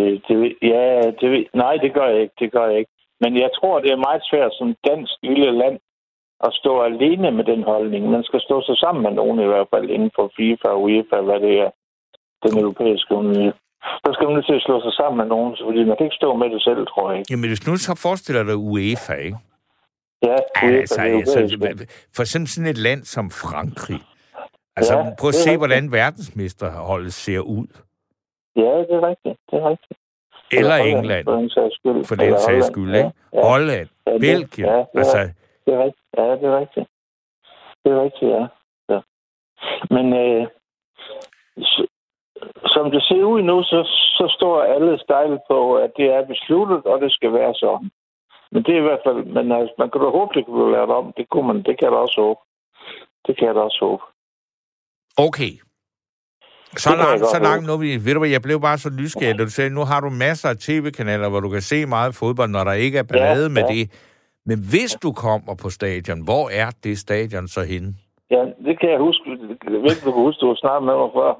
nej, det gør jeg ikke. Men jeg tror, det er meget svært som dansk lille land at stå alene med den holdning. Man skal stå sig sammen med nogen i hvert fald inden for FIFA og UEFA, hvad det er, den europæiske union. Så skal man nødt til at slå sig sammen med nogen, fordi man kan ikke stå med det selv, tror jeg ikke. Jamen, hvis nu så forestiller dig UEFA, ikke? Ja, UEFA, for eksempel sådan et land som Frankrig. Altså, prøv at se, hvordan verdensmesterholdet ser ud. Ja, det er rigtigt. Eller England, for den sags skyld, ikke? Holland, Belgien, altså... Det er rigtigt. Ja, det er rigtigt. Det er rigtigt, ja. Men som det ser ud nu, så står alle stejle på, at det er besluttet, og det skal være sådan. Men det er i hvert fald... Men altså, man kan da håbe, det kan blive lavet om. Det kan jeg da også håbe. Det kan jeg da også håbe. Okay. Så langt nu, ved du hvad, jeg blev bare så nysgerrig, da du sagde, nu har du masser af tv-kanaler, hvor du kan se meget fodbold, når der ikke er ballade med det. Men hvis du kommer på stadion, hvor er det stadion så henne? Ja, det kan jeg huske. Jeg ved ikke, du kan huske, du snakkede med mig før.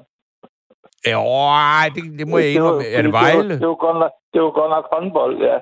Det må jeg ikke. Er det Vejle? Det var godt nok håndbold, ja.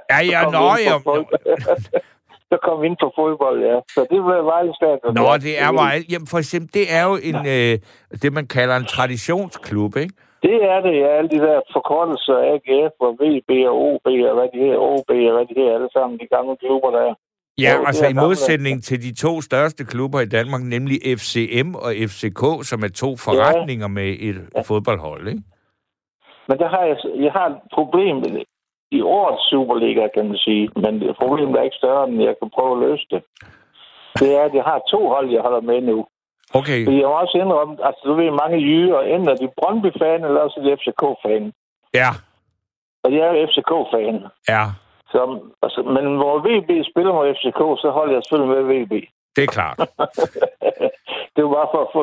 Så kom vi ind på fodbold, ja. Så det blev Vejle Stadion. Det er Vejle. Jamen for eksempel, det er jo det, man kalder en traditionsklub, ikke? Det er det, ja. Alle de der forkortelser, AGF og VB og OB og hvad de her, OB og hvad de her, alle sammen de gamle klubber, der er. Ja, altså i modsætning til de to største klubber i Danmark, nemlig FCM og FCK, som er to forretninger med et fodboldhold, ikke? Men der har jeg har et problem i årets Superliga, kan man sige. Men problemet er ikke større, end jeg kan prøve at løse det. Det er, at jeg har 2 hold, jeg holder med nu. Okay. Så jeg må også indrømme, altså du ved, mange jyder, enten er de Brøndby-fan, eller også er de FCK-fan. Ja. Og jeg er FCK-fan. Ja. Men hvor VB spiller mod FCK, så holder jeg selvfølgelig med VB. Det er klart. Det var bare for at få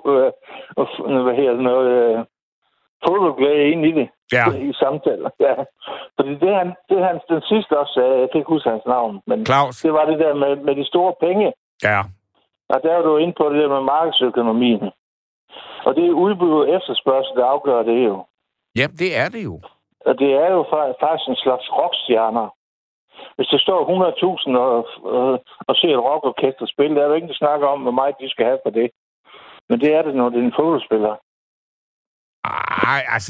noget fodboldglæde ind i det. Ja. I samtaler. Ja. Fordi det han den sidste også sagde, jeg kan ikke huske hans navn, men Claus. Det var det der med de store penge. Ja. Og der er du inde på det der med markedsøkonomien. Og det er udbud og efterspørgsel, der afgør det jo. Ja, det er det jo. Og det er jo faktisk en slags rockstjerner. Hvis der står 100.000 og ser et rockorkester spille, der er jo ingen, der snakker om, hvor meget de skal have for det. Men det er det, når det er en fodboldspiller. Ej, altså,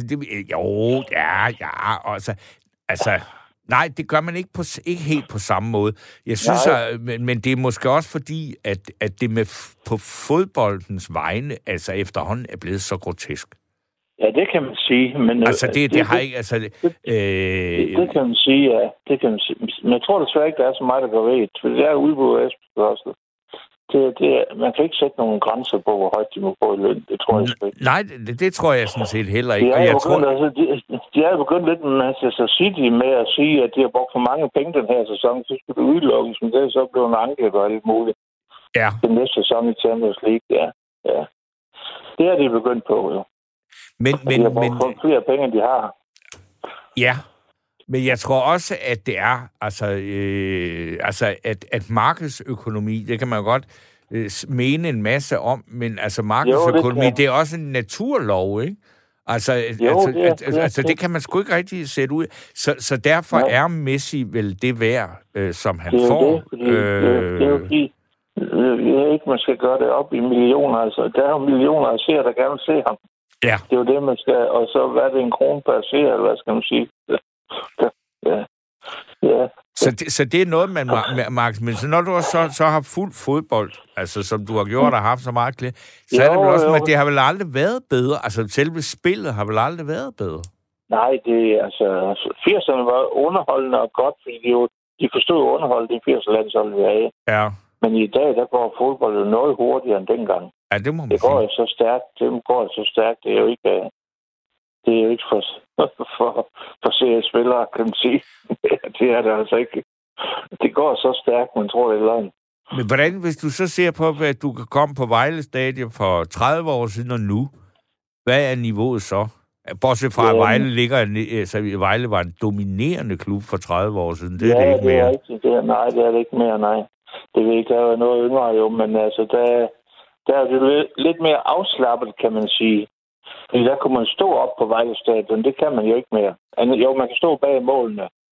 nej, det gør man ikke helt på samme måde. Jeg synes, men det er måske også fordi, at det med på fodboldens vegne, altså efterhånden er blevet så grotesk. Ja, det kan man sige. Men, altså, det har ikke... Altså, det kan man sige, ja. Det kan man sige. Men jeg tror desværre ikke, der er så meget, der går ved. For det er udbud af efterspørgsel. Man kan ikke sætte nogle grænser på, hvor højt de må få i løn. Det tror jeg ikke. Nej, det tror jeg sådan set heller ikke. De er jo begyndt lidt med Manchester City med at sige, at de har brugt for mange penge den her sæson. Så skulle det udelukkes, men det er så blevet en anke og alt muligt. Ja. Den næste sæson i Champions League, ja. Det er de begyndt på, jo. Men de har brugt flere penge, end de har. Ja. Men jeg tror også, at det er, at markedsøkonomi, det kan man godt mene en masse om, men altså markedsøkonomi, det er også en naturlov, ikke? Det kan man sgu ikke rigtig sætte ud. Så derfor er Messi vel det værd, som han får. Det er jo fordi, jeg ikke, man skal gøre det op i millioner. Altså, der er jo millioner af seere, der gerne vil se ham. Ja. Det er jo det, man skal... Og så hvad er det, 1 krone per seer, eller hvad skal man sige? Ja. Så det er noget, man Max, men så når du så har fuldt fodbold, altså som du har gjort og haft så meget klæde, så er det vel også, at det har vel aldrig været bedre. Altså selve spillet har vel aldrig været bedre. Nej, det altså 80'erne var underholdende og godt, fordi de forstod underholdet i 80'erne landshold, vi havde. Ja. Men i dag, der går fodbold noget hurtigere end dengang. Ja, det må man sige. Det går jo så stærkt. Det er jo ikke for seriespillere, kan man sige. Det er det altså ikke. Det går så stærkt, man tror, det er løgn. Men hvordan, hvis du så ser på, at du kan komme på Vejle Stadion for 30 år siden og nu, hvad er niveauet så? Bortset fra, at Vejle var en dominerende klub for 30 år siden. Det er det ikke mere. Det er rigtigt. Det er det ikke mere, nej. Det ved ikke, der er noget yngre jo, men altså, der er det lidt mere afslappet, kan man sige. Fordi der kunne man stå op på Vejle Stadion. Det kan man jo ikke mere. Jo, man kan stå bag målene.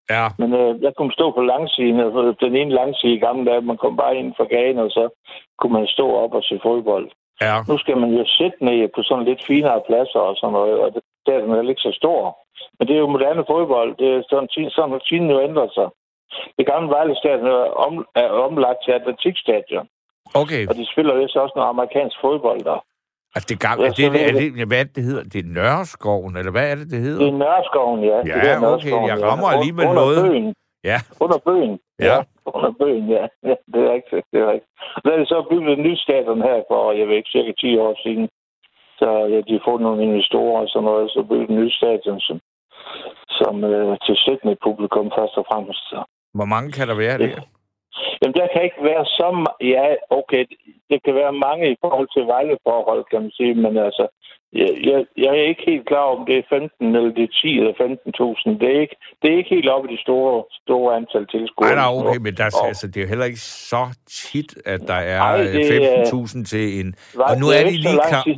Ja. Men jeg kunne stå på langsiden, og den ene langside i gamle dage, man kom bare ind fra gaden, og så kunne man stå op og se fodbold. Ja. Nu skal man jo sætte ned på sådan lidt finere pladser og sådan noget, og der er den ikke så stor. Men det er jo moderne fodbold. Det er sådan at tiden jo ændrer sig. Det gamle Vejle Stadion er omlagt til atletikstadion. Okay. Og de spiller jo også noget amerikansk fodbold der. Altså hvad er det hedder? Det er Nørreskoven, eller hvad er det hedder? Det er Nørreskoven, ja. Ja, okay, jeg rammer alligevel noget. Bøen. Ja. Under bøen. Ja. Under bøen, ja. Ja, det er rigtigt. Der er det så bygget et nyt stadion her for, jeg ved ikke, cirka 10 år siden. Så ja, de har fået nogle investorer og sådan noget, så bygget et nyt stadion, som til sættende publikum først og fremmest. Hvor mange kan der være der? Jamen, der kan ikke være så... Ja, okay, det kan være mange i forhold til Vejle-forhold, kan man sige, men altså, jeg er ikke helt klar om det er 15 eller det er 10 eller 15.000. Det er ikke helt oppe i de store antal tilskuere. Nej, okay, men altså, det er jo heller ikke så tit, at der er 15.000 til en... Og nu er de lige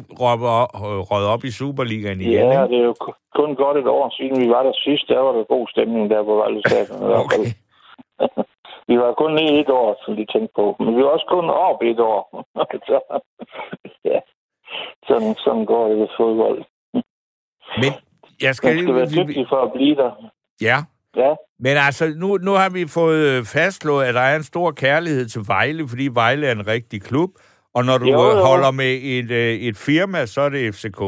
røget op i Superligaen igen, ja, ikke? Det er jo kun godt et år siden vi var der sidst. Der var der god stemning der på Vejle Stadion. Okay. Vi var kun nede et år, som de tænkte på. Men vi var også kun op et år. Ja. Sådan går det ved fodbold. Men jeg skal... Man skal være dygtig for at blive der. Ja. Ja. Men altså, nu har vi fået fastslået, at der er en stor kærlighed til Vejle, fordi Vejle er en rigtig klub. Og når du holder med et firma, så er det FCK.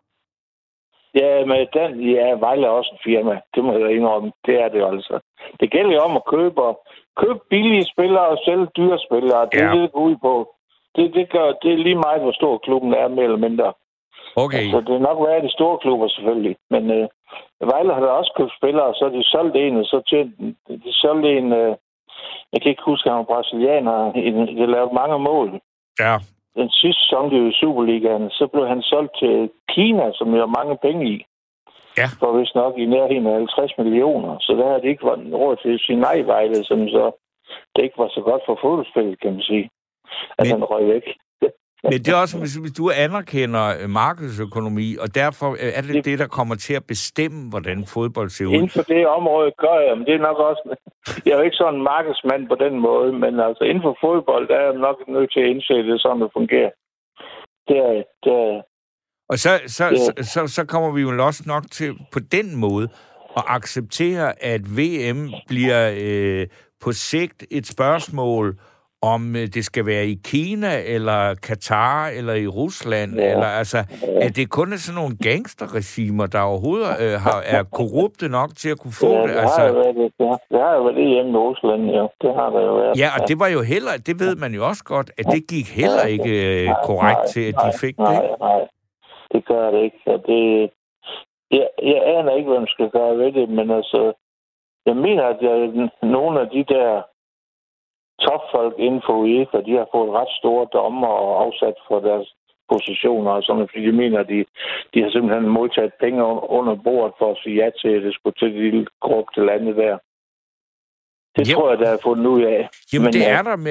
Ja, men Vejle er også en firma. Det må jeg indrømme. Det er det altså. Det gælder jo om at købe billige spillere og sælge dyre spillere. Det er det, går ud på. Det er lige meget, hvor stor klubben er, mere eller mindre. Okay. Så det er nok været de store klubber, selvfølgelig. Men Vejle har da også købt spillere, så de solgte en, og så de solgte en... jeg kan ikke huske, at han var brasilianer. De lavede mange mål. Ja. Den sidste sæson i Superligaen, så blev han solgt til Kina, som jo har mange penge i. Ja. For vist nok i nærheden af 50 millioner. Så der havde det ikke været råd til sin Vejle, som så det ikke var så godt for fodboldspillet, kan man sige. At han røg væk. Men det er også, hvis du anerkender markedsøkonomi, og derfor er det, der kommer til at bestemme, hvordan fodbold ser ud. Inden for det område gør jeg, men det er nok også... Jeg er jo ikke sådan en markedsmand på den måde, men altså inden for fodbold, der er jeg nok nødt til at indse, at det er sådan, det fungerer. Og så kommer vi jo også nok til på den måde at acceptere, at VM bliver på sigt et spørgsmål, om det skal være i Kina, eller Katar, eller i Rusland, eller altså, at det kun er sådan nogle gangsterregimer, der overhovedet er korrupte nok til at kunne få det. Altså. Det har jo været det hjemme i Rusland, ja. Det har der jo været. Ja, og det var jo heller, det ved man jo også godt, at det gik heller ikke korrekt til, at de fik det. Nej, det gør det ikke. Jeg aner ikke, hvad man skal gøre ved det, men altså, jeg mener, at nogle af de der topfolk inden for UEFA, de har fået ret store dommer og afsat for deres positioner og sådan, fordi de mener, at de har simpelthen modtaget penge under bordet for at sige ja til, at det skulle til et lille korrupte lande der. Det tror jeg, der er fundet ud af. Jamen, men, det er der,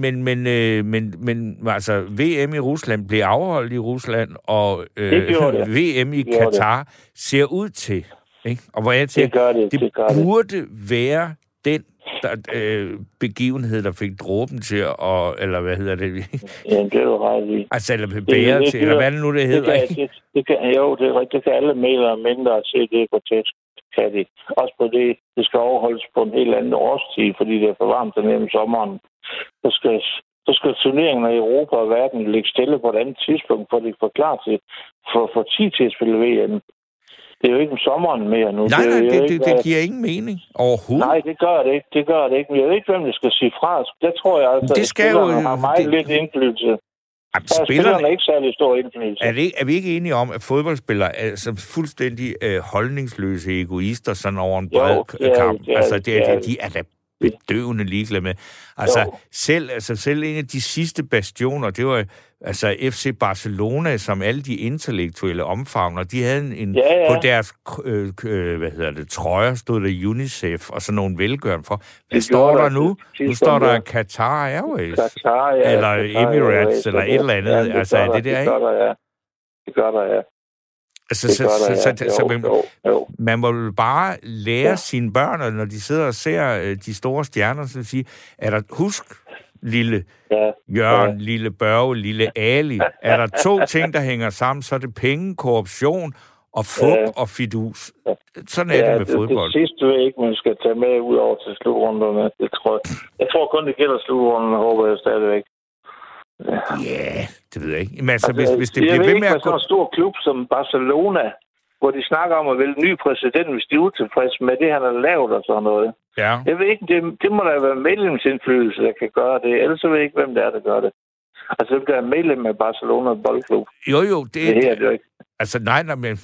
men altså, VM i Rusland blev afholdt i Rusland, og VM i Katar ser ud til, ikke? Og hvor jeg tænker, det burde være den begivenhed, der fik dråben til eller hvad hedder det? Ja, det er jo ret i. Altså, eller bære til, eller hvad det nu det hedder, ikke? Det kan alle mere eller mindre se, det er grotesk. Kan det. Også på det skal overholdes på en helt anden årstid, fordi det er for varmt dernede om sommeren. Så skal turneringen i Europa og verden ligge stille på et andet tidspunkt, for det får klar til for 10 til at spille VM. Det er jo ikke om sommeren mere nu. Nej, det giver ingen mening overhovedet. Nej, det gør det ikke. Men jeg ved ikke, hvem det skal sige fra. Der tror jeg altså, at spillerne har meget lidt indflydelse. Spillerne er ikke særlig stor indflydelse. Er vi ikke enige om, at fodboldspillere er fuldstændig holdningsløse egoister sådan over en bred kamp? Altså, de er da bedøvende ligeglade med. Altså, selv en af de sidste bastioner, det var altså FC Barcelona, som alle de intellektuelle omfavner, de havde på deres trøjer stod der UNICEF og sådan nogle velgørende for. Hvad står der nu? Nu står der Qatar Airways. Eller Emirates, eller et eller andet. Altså, er det der, ikke? Det gør der, ja. Man må jo bare lære sine børn, når de sidder og ser de store stjerner, så sige, husk, lille Jørgen, lille Børge, lille Ali, er der 2 ting, der hænger sammen, så er det penge, korruption og fup og fidus. Sådan er det med fodbold. Det sidste vil ikke, man skal tage med ud over til slutrunderne. Jeg tror kun, det gælder slutrunderne, håber jeg stadigvæk. Ja, det ved jeg ikke. Men altså, hvis det bliver ved med at gå... sådan en stor klub som Barcelona, hvor de snakker om at vælge ny præsident, hvis de er utilfredse med det, han har lavet og sådan noget. Ja. Jeg ved ikke, det må da være medlemsindflydelse, der kan gøre det. Ellers ved jeg ikke, hvem det er, der gør det. Altså, hvem der er medlem af Barcelona boldklub. Jo, det her, det er ikke. Altså, nej, men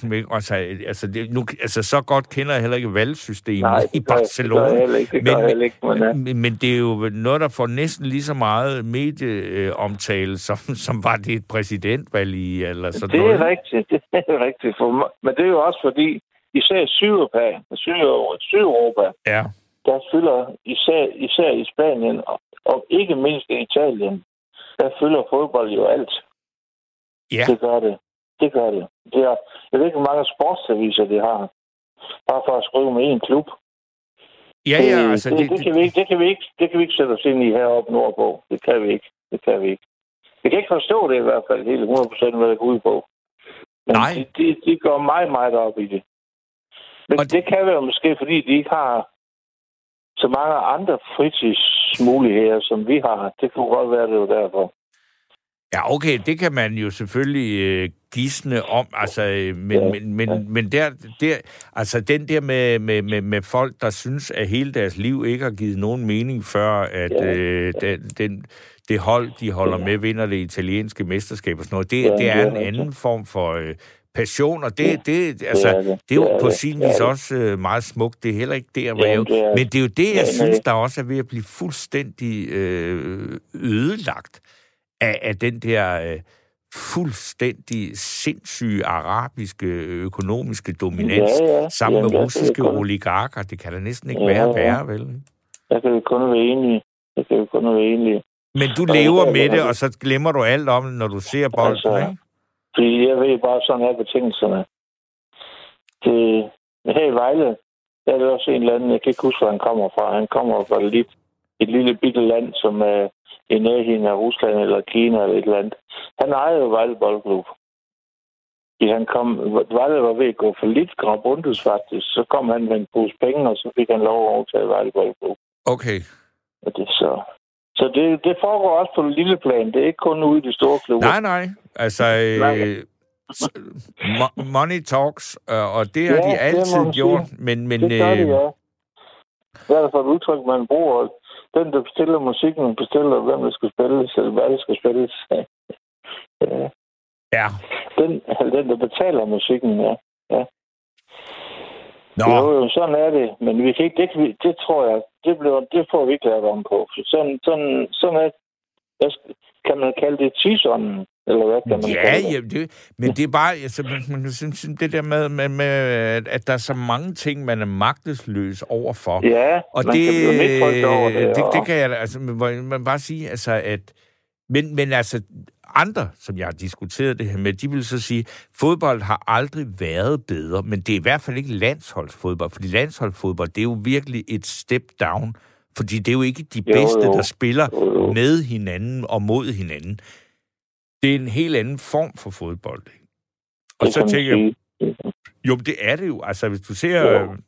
så godt kender jeg heller ikke valgsystemet i Barcelona. Men det er jo noget, der får næsten lige så meget medieomtale, som var det et præsidentvalg i, eller sådan noget. Det er rigtigt. Men det er jo også fordi, især Sydeuropa, der fylder især i Spanien, og ikke mindst i Italien, der fylder fodbold jo alt. Ja. Det gør det. Jeg ved ikke, hvor mange sportsaviser de har. Bare for at skrive med en klub. Ja, altså... Det kan vi ikke sætte os ind i heroppe nordpå. Det kan vi ikke. Jeg kan ikke forstå det i hvert fald helt 100%, hvad det går ud på. Men nej. De går meget, meget op i det. Men det kan være måske, fordi de ikke har så mange andre fritidsmuligheder, som vi har. Det kunne godt være, det var derfor. Ja, okay, det kan man jo selvfølgelig gisne om, altså, men der, altså den der med folk, der synes, at hele deres liv ikke har givet nogen mening, før at det hold, de holder med, vinder det italienske mesterskab og sådan noget, det er en anden form for passion, og det er jo på sin vis også meget smukt. Det er heller ikke der, hvor men det er jo det, jeg synes, der også er ved at blive fuldstændig ødelagt af den der fuldstændig sindssyge arabiske økonomiske dominans sammen med russiske oligarker. Det kan da næsten ikke være værre, vel? Jeg kan jo kun være enig. Men du lever med det, og så glemmer du alt om det, når du ser bolden, ikke? Fordi jeg ved bare, sådan her betingelserne. Her i Vejle, der er det også en eller anden, jeg kan ikke huske, hvor han kommer fra. Han kommer fra et lille bitte land, som er i nærheden af Rusland eller Kina eller et eller andet. Han ejede jo Vejle Boldklub. Vejle var ved at gå for lidt grabundes faktisk. Så kom han med en pose penge, og så fik han lov at overtage Vejle Boldklub. Okay. Og det så det foregår også på en lille plan. Det er ikke kun ude i de store klubber. Nej. Altså, money talks, og det har de altid gjort. Men det gør de, ja. Hvad er det for et udtryk, man bruger? Den, der bestiller musikken, bestiller, hvem der skal spilles, eller hvad der skal spilles. Ja. Den, der betaler musikken, ja. Nå. Jo, sådan er det. Men vi kan ikke, det tror jeg, det får vi ikke lært om på. Sådan er, kan man kalde det tidsånden, eller hvad kan man kalde det? Men det er bare, altså, man kan synes, det der med, at der er så mange ting, man er magtesløs overfor. Ja, og man kan blive lidt frygt over det. Det kan jeg, altså, man bare sige, altså, at, men altså, andre, som jeg har diskuteret det her med, de vil så sige, fodbold har aldrig været bedre, men det er i hvert fald ikke landsholdsfodbold, fordi landsholdsfodbold, det er jo virkelig et step down, fordi det er jo ikke de bedste, der spiller med hinanden og mod hinanden. Det er en helt anden form for fodbold. Ikke? Og så tænker jeg, jo, det er det jo. Altså, hvis du ser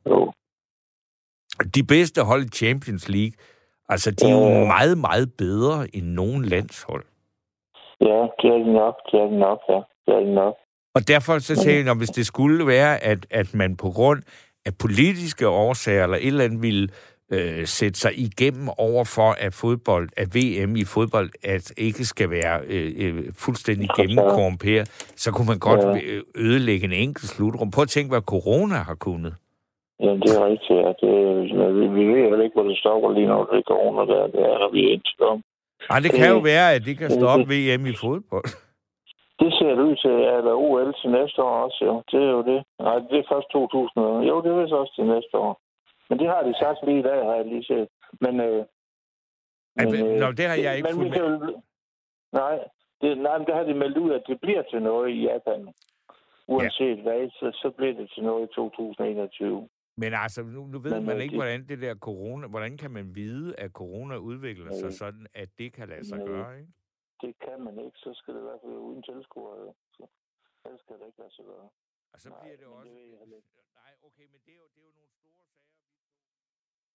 de bedste hold i Champions League, altså, de er jo meget, meget bedre end nogen landshold. Ja, det er det nok. Og derfor så siger jeg, hvis det skulle være, at man på grund af politiske årsager eller et eller andet ville sætte sig igennem over for, at VM i fodbold ikke skal være fuldstændig gennemkorrumperet, så kunne man godt ødelægge en enkelt slutrum. Prøv at tænke, hvad corona har kunnet. Ja, det er rigtigt. Ja. Vi ved jo ikke, hvor det stopper lige nu, det er corona, det er vi ikke om. Nej, det kan jo være, at det kan stoppe VM i fodbold. Det ser det ud til, eller OL til næste år også, jo. Det er jo det. Nej, det er først 2000. Jo, det er vist også til næste år. Men det har de sagt lige i dag, har jeg lige set. Men det har jeg ikke fulgt med. Nej, det har de meldt ud, at det bliver til noget i Japan. uanset hvad, så bliver det til noget i 2021. Men altså, nu ved man ikke, hvordan det der corona... Hvordan kan man vide, at corona udvikler sig sådan, at det kan lade sig gøre, ikke? Det kan man ikke. Så skal det i hvert fald uden tilskuere. Så ellers kan det ikke lade sig gøre. Og så bliver det også... Nej, okay, men det er jo nogle